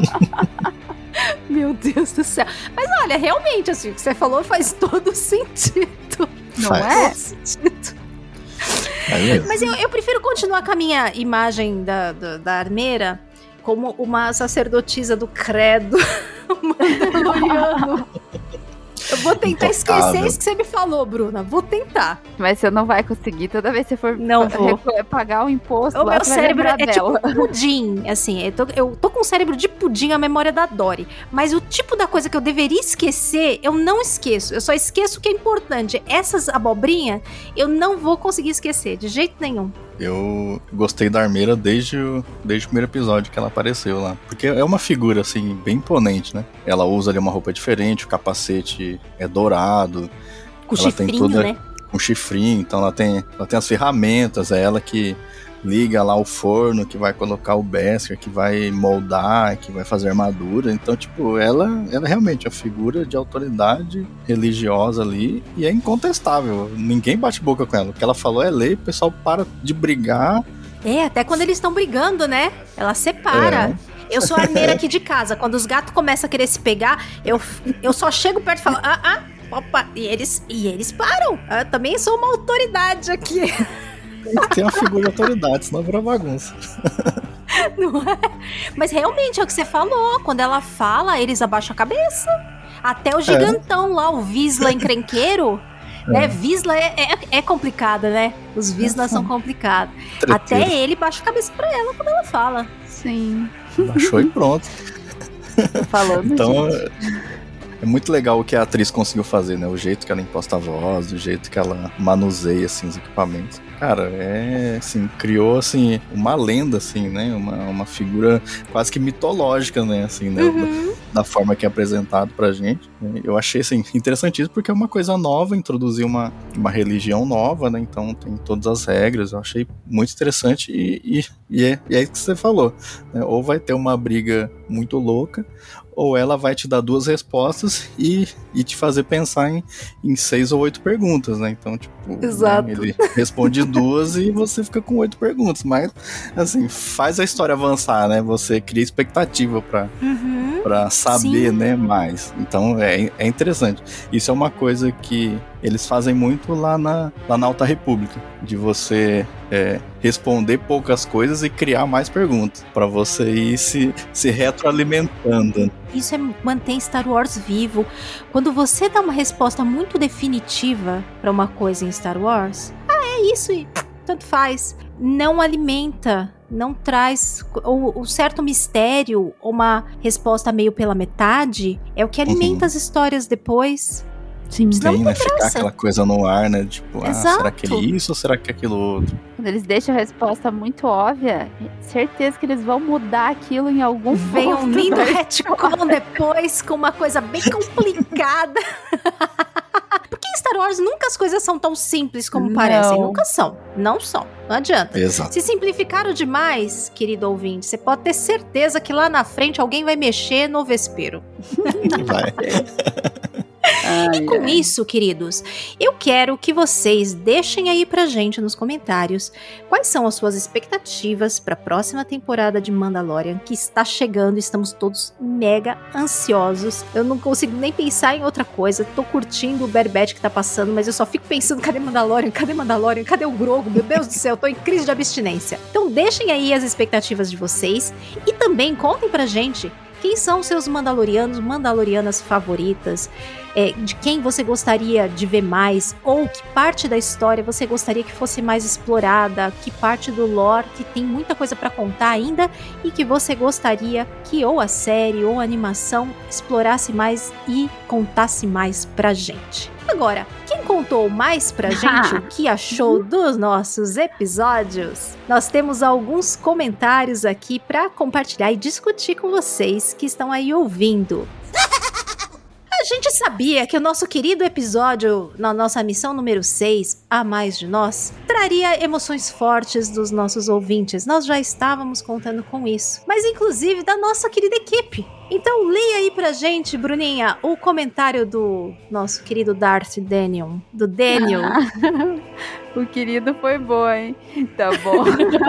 Meu Deus do céu. Mas olha, realmente, assim, o que você falou faz todo sentido. Não é? Sentido. Mas eu prefiro continuar com a minha imagem da Armeira como uma sacerdotisa do credo mandaloriano. Eu vou tentar esquecer isso que você me falou, Bruna. Vou tentar. Mas você não vai conseguir. Toda vez que você for pagar o imposto, o lá, meu cérebro é dela. tipo pudim. Assim, eu tô com o cérebro de pudim, a memória da Dory. Mas o tipo da coisa que eu deveria esquecer, eu não esqueço. Eu só esqueço o que é importante. Essas abobrinhas, eu não vou conseguir esquecer, de jeito nenhum. Eu gostei da Armeira desde o primeiro episódio que ela apareceu lá. Porque é uma figura, assim, bem imponente, né? Ela usa ali uma roupa diferente, o capacete é dourado. Com ela chifrinho, tem toda, né? Com chifrinho, então ela tem as ferramentas, é ela que liga lá o forno, que vai colocar o Beskar, que vai moldar, que vai fazer armadura. Então, tipo, ela é realmente a figura de autoridade religiosa ali e é incontestável. Ninguém bate boca com ela. O que ela falou é lei, o pessoal para de brigar. É, até quando eles estão brigando, né? Ela separa. Eu sou a Armeira aqui de casa. Quando os gatos começam a querer se pegar, eu só chego perto e falo, opa, e eles param. Eu também sou uma autoridade aqui. Tem uma figura de autoridade, senão vira bagunça. Não é? Mas realmente é o que você falou. Quando ela fala, eles abaixam a cabeça. Até o gigantão lá, o Visla encrenqueiro, né? Visla é complicada, né? Os Vislas são complicados. Treteiro. Até ele baixa a cabeça pra ela quando ela fala. Sim. Baixou e pronto. Tô falando então, É muito legal o que a atriz conseguiu fazer, né? O jeito que ela imposta a voz, o jeito que ela manuseia, assim, os equipamentos. Cara, assim, criou, assim, uma lenda, assim, né? Uma figura quase que mitológica, né? Assim, né? Da forma que é apresentado pra gente. Eu achei, assim, interessantíssimo porque é uma coisa nova, introduzir uma religião nova, né? Então tem todas as regras. Eu achei muito interessante e é isso que você falou, né? Ou vai ter uma briga muito louca, ou ela vai te dar 2 respostas e te fazer pensar em 6 ou 8 perguntas, né? Então, tipo, Exato. Né, ele responde 2 e você fica com 8 perguntas. Mas, assim, faz a história avançar, né? Você cria expectativa pra saber, Sim. né, mais. Então, é interessante. Isso é uma coisa que eles fazem muito lá na Alta República, de você responder poucas coisas e criar mais perguntas, pra você ir se retroalimentando. Isso mantém Star Wars vivo. Quando você dá uma resposta muito definitiva pra uma coisa em Star Wars, é isso e tanto faz. Não alimenta, não traz o certo mistério, uma resposta meio pela metade, é o que alimenta as histórias depois. Sim, Senão Tem, não né? tem Ficar graça. aquela coisa no ar, né? Tipo, Exato. será que é isso ou será que é aquilo outro? Quando eles deixam a resposta muito óbvia, certeza que eles vão mudar aquilo em algum Vem um ponto lindo da retcon depois com uma coisa bem complicada. Porque em Star Wars nunca as coisas são tão simples como Não. parecem. Nunca são. Não são. Não adianta. Exato. Se simplificaram demais, querido ouvinte, você pode ter certeza que lá na frente alguém vai mexer no vespeiro. Vai. E com isso, queridos, eu quero que vocês deixem aí pra gente nos comentários quais são as suas expectativas pra próxima temporada de Mandalorian que está chegando. Estamos todos mega ansiosos. Eu não consigo nem pensar em outra coisa. Tô curtindo o Bad Batch que tá passando, mas eu só fico pensando, cadê Mandalorian? Cadê Mandalorian? Cadê o Grogu? Meu Deus do céu, tô em crise de abstinência. Então deixem aí as expectativas de vocês e também contem pra gente quem são os seus mandalorianas favoritas, de quem você gostaria de ver mais, ou que parte da história você gostaria que fosse mais explorada, que parte do lore que tem muita coisa pra contar ainda e que você gostaria que ou a série ou a animação explorasse mais e contasse mais pra gente. Agora, quem contou mais pra gente o que achou dos nossos episódios? Nós temos alguns comentários aqui pra compartilhar e discutir com vocês que estão aí ouvindo. A gente sabia que o nosso querido episódio, na nossa missão número 6, A Mais de Nós, traria emoções fortes dos nossos ouvintes. Nós já estávamos contando com isso. Mas inclusive da nossa querida equipe. Então leia aí pra gente, Bruninha, o comentário do nosso querido Darth Daniel. Do Daniel. O querido foi bom, hein? Tá bom.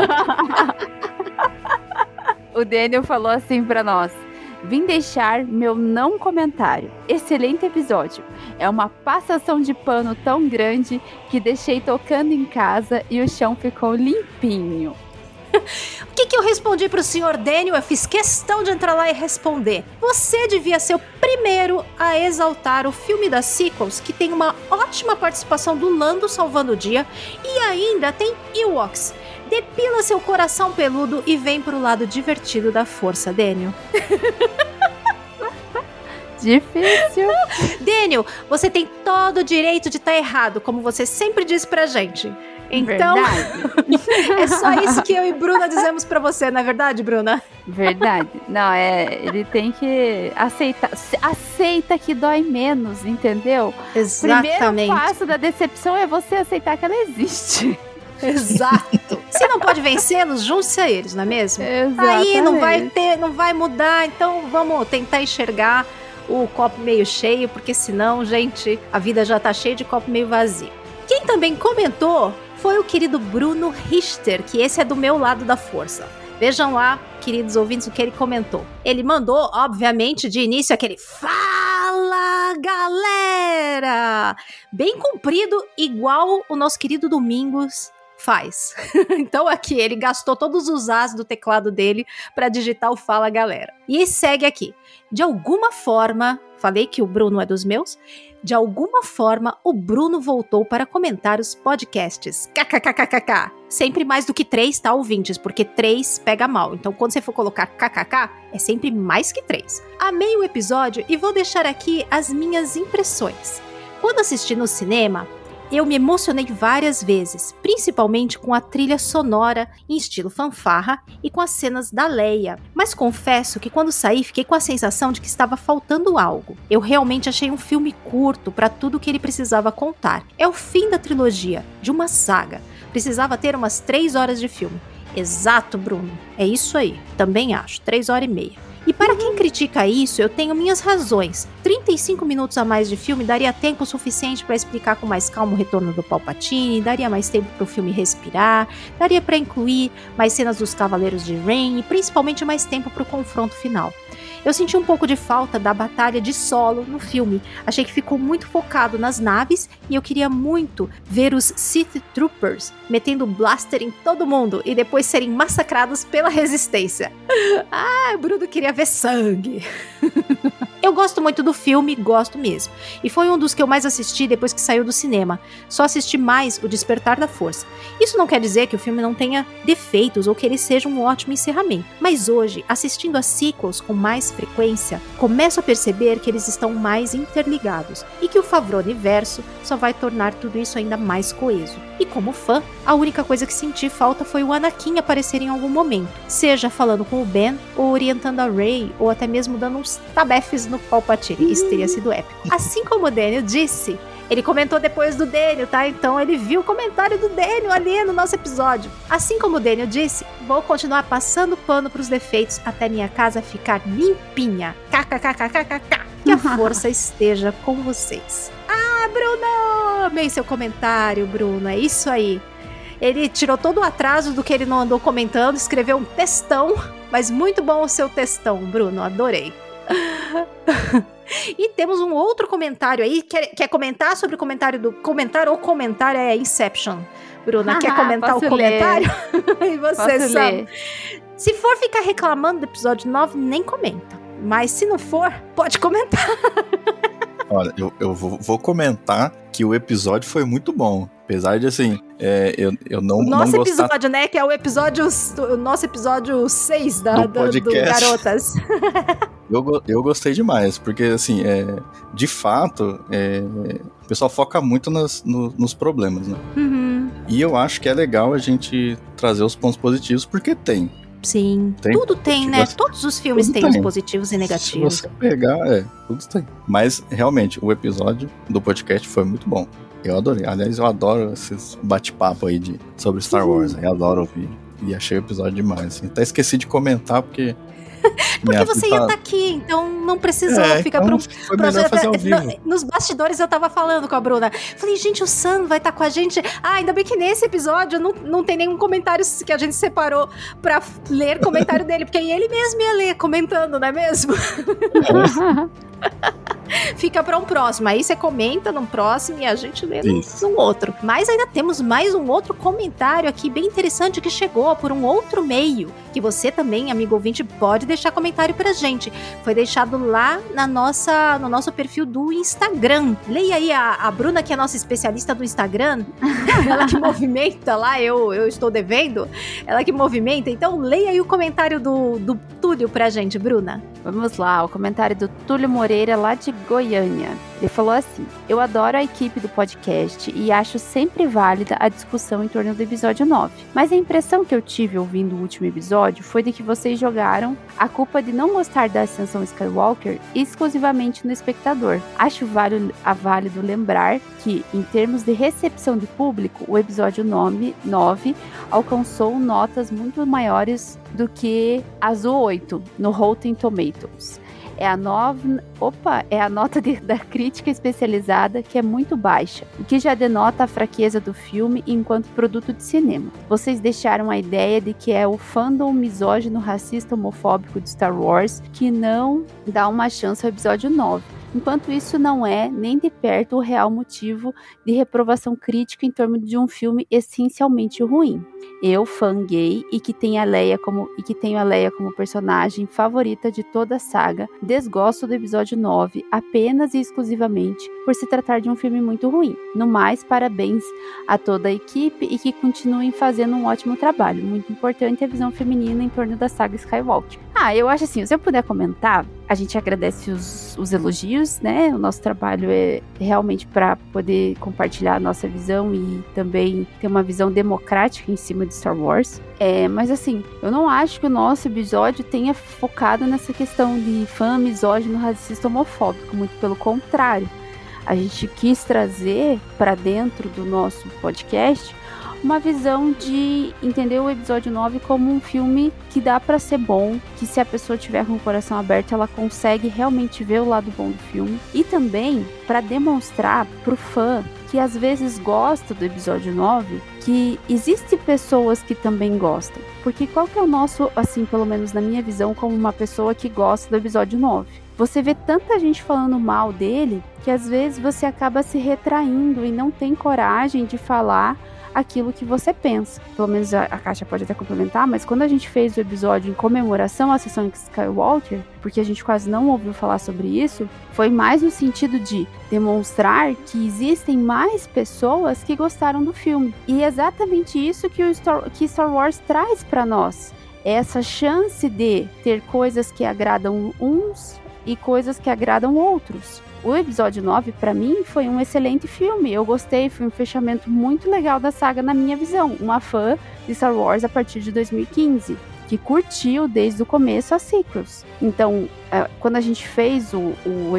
O Daniel falou assim pra nós: vim deixar meu não comentário. Excelente episódio. É uma passação de pano tão grande que deixei tocando em casa e o chão ficou limpinho. O que eu respondi pro senhor Daniel? Eu fiz questão de entrar lá e responder. Você devia ser o primeiro a exaltar o filme das sequels, que tem uma ótima participação do Lando salvando o dia, e ainda tem Ewoks. Depila seu coração peludo e vem pro lado divertido da força, Daniel. Difícil. Daniel, você tem todo o direito de estar errado, como você sempre diz pra gente. Então, é só isso que eu e Bruna dizemos pra você, não é verdade, Bruna? Verdade. Não, ele tem que aceitar. Aceita que dói menos, entendeu? Exatamente. O primeiro passo da decepção é você aceitar que ela existe. Exato. Se não pode vencê-los, junte-se a eles, não é mesmo? Exatamente. Aí não vai mudar, então vamos tentar enxergar o copo meio cheio, porque senão, gente, a vida já tá cheia de copo meio vazio. Quem também comentou foi o querido Bruno Richter, que esse é do meu lado da força. Vejam lá, queridos ouvintes, o que ele comentou. Ele mandou, obviamente, de início aquele "Fala, galera!" bem comprido, igual o nosso querido Domingos faz. Então aqui, ele gastou todos os As do teclado dele para digitar o "Fala, galera". E segue aqui. De alguma forma, falei que o Bruno é dos meus, De alguma forma, o Bruno voltou para comentar os podcasts. KKKKK. Sempre mais do que 3, tá, ouvintes? Porque 3 pega mal. Então, quando você for colocar KKK, é sempre mais que 3. Amei o episódio e vou deixar aqui as minhas impressões. Quando assisti no cinema, eu me emocionei várias vezes, principalmente com a trilha sonora em estilo fanfarra e com as cenas da Leia. Mas confesso que quando saí fiquei com a sensação de que estava faltando algo. Eu realmente achei um filme curto para tudo que ele precisava contar. É o fim da trilogia, de uma saga. Precisava ter umas 3 horas de filme. Exato, Bruno. É isso aí. Também acho. 3 horas e meia. E para quem critica isso, eu tenho minhas razões. 35 minutos a mais de filme daria tempo suficiente para explicar com mais calma o retorno do Palpatine, daria mais tempo para o filme respirar, daria para incluir mais cenas dos Cavaleiros de Ren e principalmente mais tempo para o confronto final. Eu senti um pouco de falta da batalha de solo no filme. Achei que ficou muito focado nas naves e eu queria muito ver os Sith Troopers metendo blaster em todo mundo e depois serem massacrados pela resistência. Ah, Bruno queria ver sangue. Eu gosto muito do filme, gosto mesmo. E foi um dos que eu mais assisti depois que saiu do cinema. Só assisti mais O Despertar da Força. Isso não quer dizer que o filme não tenha defeitos ou que ele seja um ótimo encerramento. Mas hoje, assistindo as sequels com mais frequência, começo a perceber que eles estão mais interligados e que o Favreau Universo só vai tornar tudo isso ainda mais coeso. E como fã, a única coisa que senti falta foi o Anakin aparecer em algum momento, seja falando com o Ben, ou orientando a Rey, ou até mesmo dando uns tabefes no Palpatine. Isso teria sido épico. Assim como o Daniel disse, ele comentou depois do Daniel, tá? Então ele viu o comentário do Daniel ali no nosso episódio. Assim como o Daniel disse, vou continuar passando pano pros defeitos até minha casa ficar limpinha. KKKKKK. Que a força esteja com vocês. Ah, Bruno! Amei seu comentário, Bruno. É isso aí. Ele tirou todo o atraso do que ele não andou comentando, escreveu um textão, mas muito bom o seu textão, Bruno. Adorei. E temos um outro comentário aí. Quer comentar sobre o comentário do... Comentar ou comentar é Inception. Bruna, quer comentar o comentário? E você, Sam? Se for ficar reclamando do episódio 9, nem comenta. Mas se não for, pode comentar. Olha, eu vou comentar que o episódio foi muito bom. Apesar de, assim, eu não gostar... Nosso episódio, né? Que é o nosso episódio 6 do Garotas. Eu gostei demais, porque, assim, de fato, o pessoal foca muito nos problemas, né? Uhum. E eu acho que é legal a gente trazer os pontos positivos, porque tem. Sim, tudo tem, né? Todos os filmes têm os positivos e negativos. Se você pegar, tudo tem. Mas, realmente, o episódio do podcast foi muito bom. Eu adorei. Aliás, eu adoro esses bate-papo aí sobre Star Wars. Eu adoro ouvir. E achei o episódio demais. Assim. Até esqueci de comentar, porque... Porque você ia estar aqui, então não precisou ficar então foi melhor fazer ao vivo. Nos bastidores eu tava falando com a Bruna. Falei, gente, o Sam vai estar com a gente. Ah, ainda bem que nesse episódio não tem nenhum comentário que a gente separou pra ler comentário dele, porque aí ele mesmo ia ler comentando, não é mesmo? Fica para um próximo. Aí você comenta num próximo e a gente lê num outro. Mas ainda temos mais um outro comentário aqui bem interessante que chegou por um outro meio, que você também, amigo ouvinte, pode deixar comentário pra gente. Foi deixado lá no nosso perfil do Instagram. Leia aí a Bruna, que é a nossa especialista do Instagram. Ela que movimenta lá, eu estou devendo. Ela que movimenta. Então leia aí o comentário do Túlio pra gente, Bruna. Vamos lá, o comentário do Túlio Moreira, lá de Goiânia. Ele falou assim: eu adoro a equipe do podcast e acho sempre válida a discussão em torno do episódio 9. Mas a impressão que eu tive ouvindo o último episódio foi de que vocês jogaram a culpa de não gostar da Ascensão Skywalker exclusivamente no espectador. Acho válido lembrar que, em termos de recepção de público, o episódio 9 alcançou notas muito maiores do que as 8 no Rotten Tomatoes. É a nota da crítica especializada, que é muito baixa, o que já denota a fraqueza do filme enquanto produto de cinema. Vocês deixaram a ideia de que é o fandom misógino, racista, homofóbico de Star Wars que não dá uma chance ao episódio 9. enquanto isso não é nem de perto o real motivo de reprovação crítica em torno de um filme essencialmente ruim. Eu, fã gay e que tenho a Leia como personagem favorita de toda a saga, desgosto do episódio 9 apenas e exclusivamente por se tratar de um filme muito ruim. No mais, parabéns a toda a equipe e que continuem fazendo um ótimo trabalho. Muito importante a visão feminina em torno da saga Skywalker. Eu acho assim, se eu puder comentar, a gente agradece os elogios, né? O nosso trabalho é realmente para poder compartilhar a nossa visão e também ter uma visão democrática em cima de Star Wars. Mas assim, eu não acho que o nosso episódio tenha focado nessa questão de fã misógino, racista, homofóbico. Muito pelo contrário. A gente quis trazer para dentro do nosso podcast uma visão de entender o episódio 9 como um filme que dá pra ser bom, que se a pessoa tiver com o coração aberto, ela consegue realmente ver o lado bom do filme. E também para demonstrar pro fã que às vezes gosta do episódio 9, que existem pessoas que também gostam. Porque qual que é o nosso, assim, pelo menos na minha visão, como uma pessoa que gosta do episódio 9? Você vê tanta gente falando mal dele, que às vezes você acaba se retraindo e não tem coragem de falar aquilo que você pensa. Pelo menos a Kátia pode até complementar, mas quando a gente fez o episódio em comemoração à sessão Skywalker, porque a gente quase não ouviu falar sobre isso, foi mais no sentido de demonstrar que existem mais pessoas que gostaram do filme. E é exatamente isso que Star Wars traz para nós. Essa chance de ter coisas que agradam uns e coisas que agradam outros. O episódio 9, pra mim, foi um excelente filme. Eu gostei, foi um fechamento muito legal da saga na minha visão. Uma fã de Star Wars a partir de 2015, que curtiu desde o começo as sequels. Então, quando a gente fez o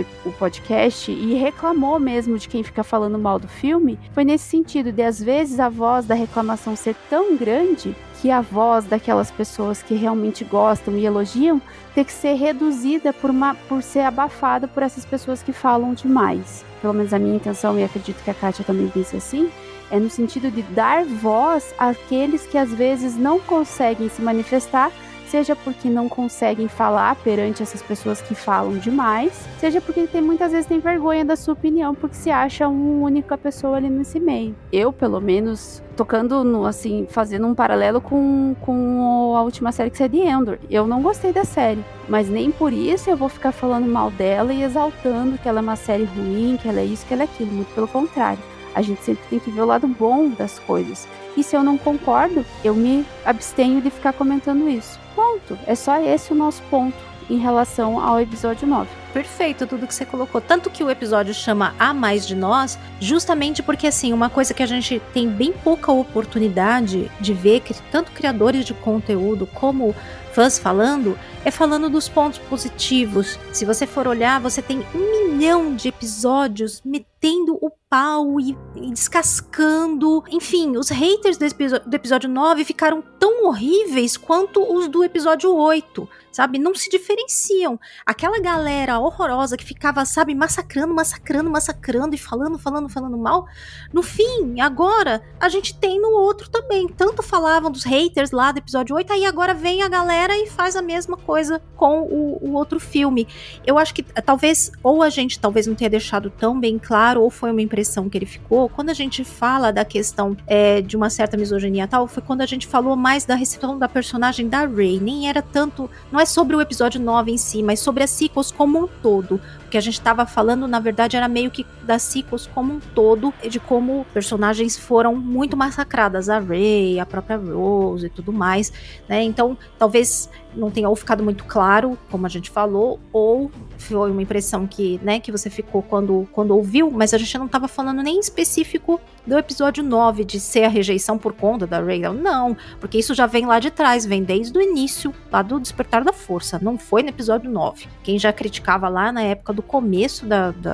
podcast e reclamou mesmo de quem fica falando mal do filme, foi nesse sentido de, às vezes, a voz da reclamação ser tão grande que a voz daquelas pessoas que realmente gostam e elogiam ter que ser reduzida por ser abafada por essas pessoas que falam demais. Pelo menos a minha intenção, e acredito que a Kátia também pensa assim, é no sentido de dar voz àqueles que às vezes não conseguem se manifestar, seja porque não conseguem falar perante essas pessoas que falam demais, seja porque muitas vezes tem vergonha da sua opinião, porque se acha uma única pessoa ali nesse meio. Eu, pelo menos, tocando fazendo um paralelo com a última série que saiu de Endor. Eu não gostei da série, mas nem por isso eu vou ficar falando mal dela e exaltando que ela é uma série ruim, que ela é isso, que ela é aquilo. Muito pelo contrário. A gente sempre tem que ver o lado bom das coisas. E se eu não concordo, eu me abstenho de ficar comentando isso. Ponto. É só esse o nosso ponto em relação ao episódio 9. Perfeito, tudo que você colocou. Tanto que o episódio chama A Mais de Nós, justamente porque, assim, uma coisa que a gente tem bem pouca oportunidade de ver, que tanto criadores de conteúdo como fãs falando dos pontos positivos. Se você for olhar, você tem 1 milhão de episódios metendo o pau e descascando. Enfim, os haters do episódio 9 ficaram tão horríveis quanto os do episódio 8, sabe? Não se diferenciam. Aquela galera horrorosa que ficava, sabe, massacrando e falando mal. No fim, agora, a gente tem no outro também. Tanto falavam dos haters lá do episódio 8, aí agora vem a galera e faz a mesma coisa com o outro filme. Eu acho que talvez, ou a gente talvez não tenha deixado tão bem claro, ou foi uma impressão que ele ficou. Quando a gente fala da questão de uma certa misoginia tal, foi quando a gente falou mais da recepção da personagem da Rey. Nem era tanto, não é sobre o episódio 9 em si, mas sobre as sequels como um todo. O que a gente estava falando, na verdade, era meio que das sequels como um todo, de como personagens foram muito massacradas, a Rey, a própria Rose e tudo mais, né? Então, talvez não tenha ou ficado muito claro, como a gente falou, ou foi uma impressão que você ficou quando ouviu, mas a gente não estava falando nem em específico do episódio 9, de ser a rejeição por conta da Rey. Não, porque isso já vem lá de trás, vem desde o início, lá do Despertar da Força, não foi no episódio 9. Quem já criticava lá na época do começo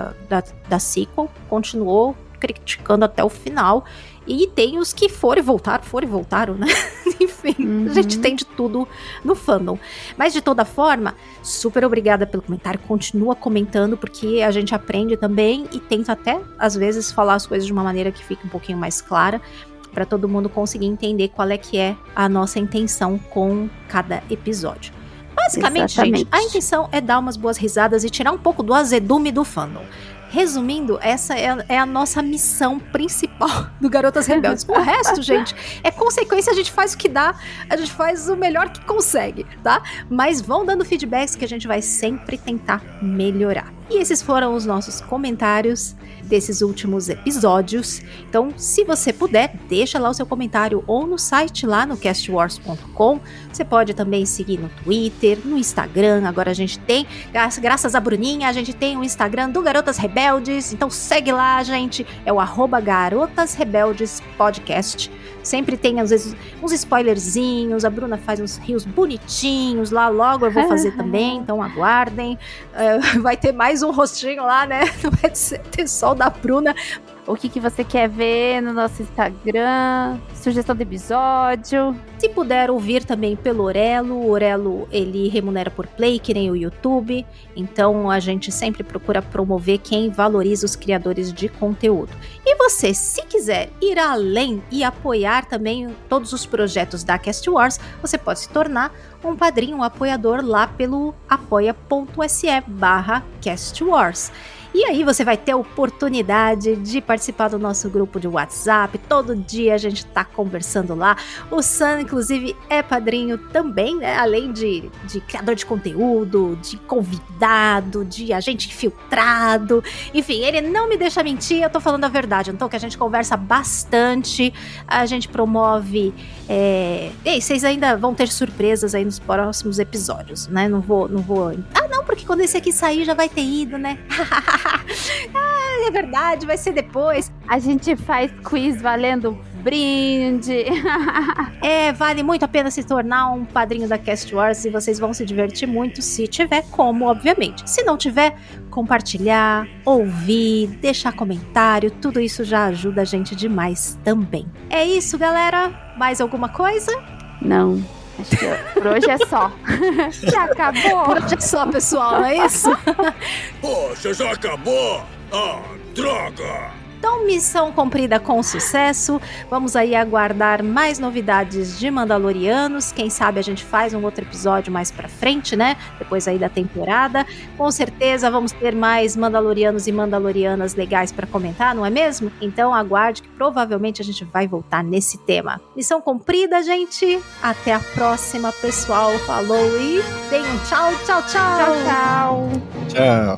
da sequel, continuou criticando até o final. E tem os que foram e voltaram, né? Enfim, a gente tem de tudo no fandom. Mas de toda forma, super obrigada pelo comentário. Continua comentando, porque a gente aprende também e tenta até, às vezes, falar as coisas de uma maneira que fique um pouquinho mais clara, para todo mundo conseguir entender qual é que é a nossa intenção com cada episódio. Basicamente, gente, a intenção é dar umas boas risadas e tirar um pouco do azedume do fandom. Resumindo, essa é a nossa missão principal do Garotas Rebeldes. O resto, gente, é consequência, a gente faz o que dá, a gente faz o melhor que consegue, tá? Mas vão dando feedbacks que a gente vai sempre tentar melhorar. E esses foram os nossos comentários desses últimos episódios. Então, se você puder, deixa lá o seu comentário ou no site lá no castwars.com. Você pode também seguir no Twitter, no Instagram. Agora a gente tem, graças a Bruninha, a gente tem o Instagram do Garotas Rebeldes. Então segue lá, gente. É o @Garotas Rebeldes Podcast. Sempre tem, às vezes, uns spoilerzinhos. A Bruna faz uns rios bonitinhos lá. Logo eu vou fazer também, então aguardem. Vai ter mais um rostinho lá, né? Não vai ter só o da Bruna. O que você quer ver no nosso Instagram, sugestão de episódio. Se puder ouvir também pelo Orelo, o Orelo ele remunera por play, que nem o YouTube, então a gente sempre procura promover quem valoriza os criadores de conteúdo. E você, se quiser ir além e apoiar também todos os projetos da Cast Wars, você pode se tornar um padrinho, um apoiador lá pelo apoia.se/castwars. E aí você vai ter a oportunidade de participar do nosso grupo de WhatsApp. Todo dia a gente tá conversando lá. O Sam, inclusive, é padrinho também, né? Além de criador de conteúdo, de convidado, de agente infiltrado. Enfim, ele não me deixa mentir, eu tô falando a verdade. Então, que a gente conversa bastante, a gente promove... Ei, vocês ainda vão ter surpresas aí nos próximos episódios, né? Não vou... Ah, não, porque quando esse aqui sair já vai ter ido, né? É verdade, vai ser depois. A gente faz quiz valendo brinde. Vale muito a pena se tornar um padrinho da Cast Wars e vocês vão se divertir muito se tiver como, obviamente. Se não tiver, compartilhar, ouvir, deixar comentário, tudo isso já ajuda a gente demais também. É isso, galera? Mais alguma coisa? Não. Acho que por hoje é só. Já acabou? Por hoje é só, pessoal, não é isso? Poxa, já acabou? Ah, droga! Então, missão cumprida com sucesso. Vamos aí aguardar mais novidades de Mandalorianos. Quem sabe a gente faz um outro episódio mais pra frente, né? Depois aí da temporada. Com certeza vamos ter mais Mandalorianos e Mandalorianas legais pra comentar, não é mesmo? Então aguarde que provavelmente a gente vai voltar nesse tema. Missão cumprida, gente. Até a próxima, pessoal. Falou e deem um tchau, tchau, tchau. Tchau, tchau. Tchau.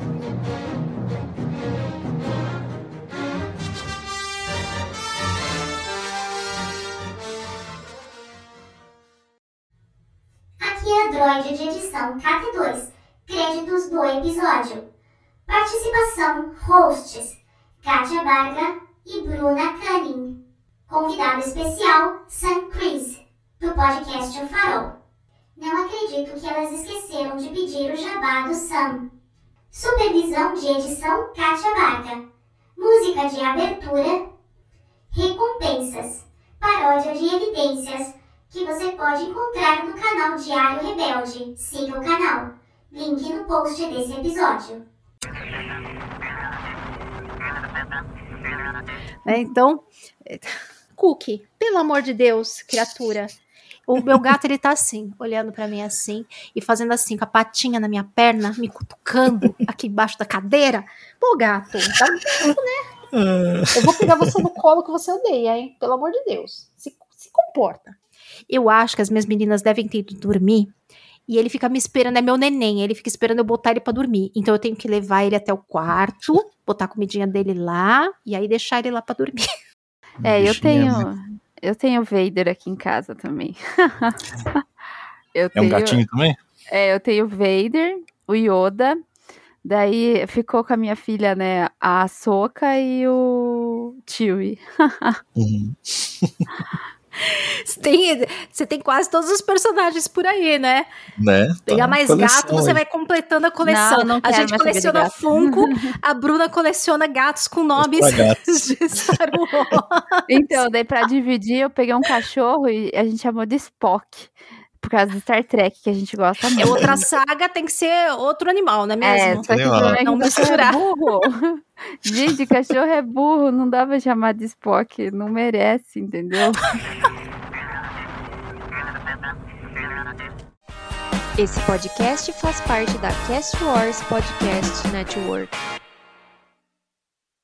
Aqui é a Droid de edição KT2. Créditos do episódio. Participação: hosts Kátia Barga e Bruna Cunning. Convidado especial: Sam Chris, do podcast O Farol. Não acredito que elas esqueceram de pedir o jabá do Sam. Supervisão de edição: Kátia Barga. Música de abertura: Recompensas. Paródia de evidências que você pode encontrar no canal Diário Rebelde. Siga o canal. Link no post desse episódio. Então, Cookie, pelo amor de Deus, criatura. O meu gato, ele tá assim, olhando pra mim assim, e fazendo assim, com a patinha na minha perna, me cutucando aqui embaixo da cadeira. Pô, gato, tá bom, né? Eu vou pegar você no colo que você odeia, hein? Pelo amor de Deus. Se comporta. Eu acho que as minhas meninas devem ter ido dormir e ele fica me esperando, é meu neném, ele fica esperando eu botar ele pra dormir. Então eu tenho que levar ele até o quarto, botar a comidinha dele lá e aí deixar ele lá pra dormir. Eu tenho Vader aqui em casa também. Um gatinho também? Eu tenho Vader, o Yoda, daí ficou com a minha filha, né, a Ahsoka e o Chewie. Uhum. Você tem quase todos os personagens por aí, né? Pegar mais gato, você vai completando a coleção. Não a gente coleciona Funko, a Bruna coleciona gatos com nomes de Star Wars. Então, daí pra dividir, eu peguei um cachorro e a gente chamou de Spock. Por causa do Star Trek, que a gente gosta muito. É outra saga, tem que ser outro animal, não é mesmo? Só que não misturar. Gente, cachorro é burro, não dá pra chamar de Spock, não merece, entendeu? Esse podcast faz parte da Cast Wars Podcast Network.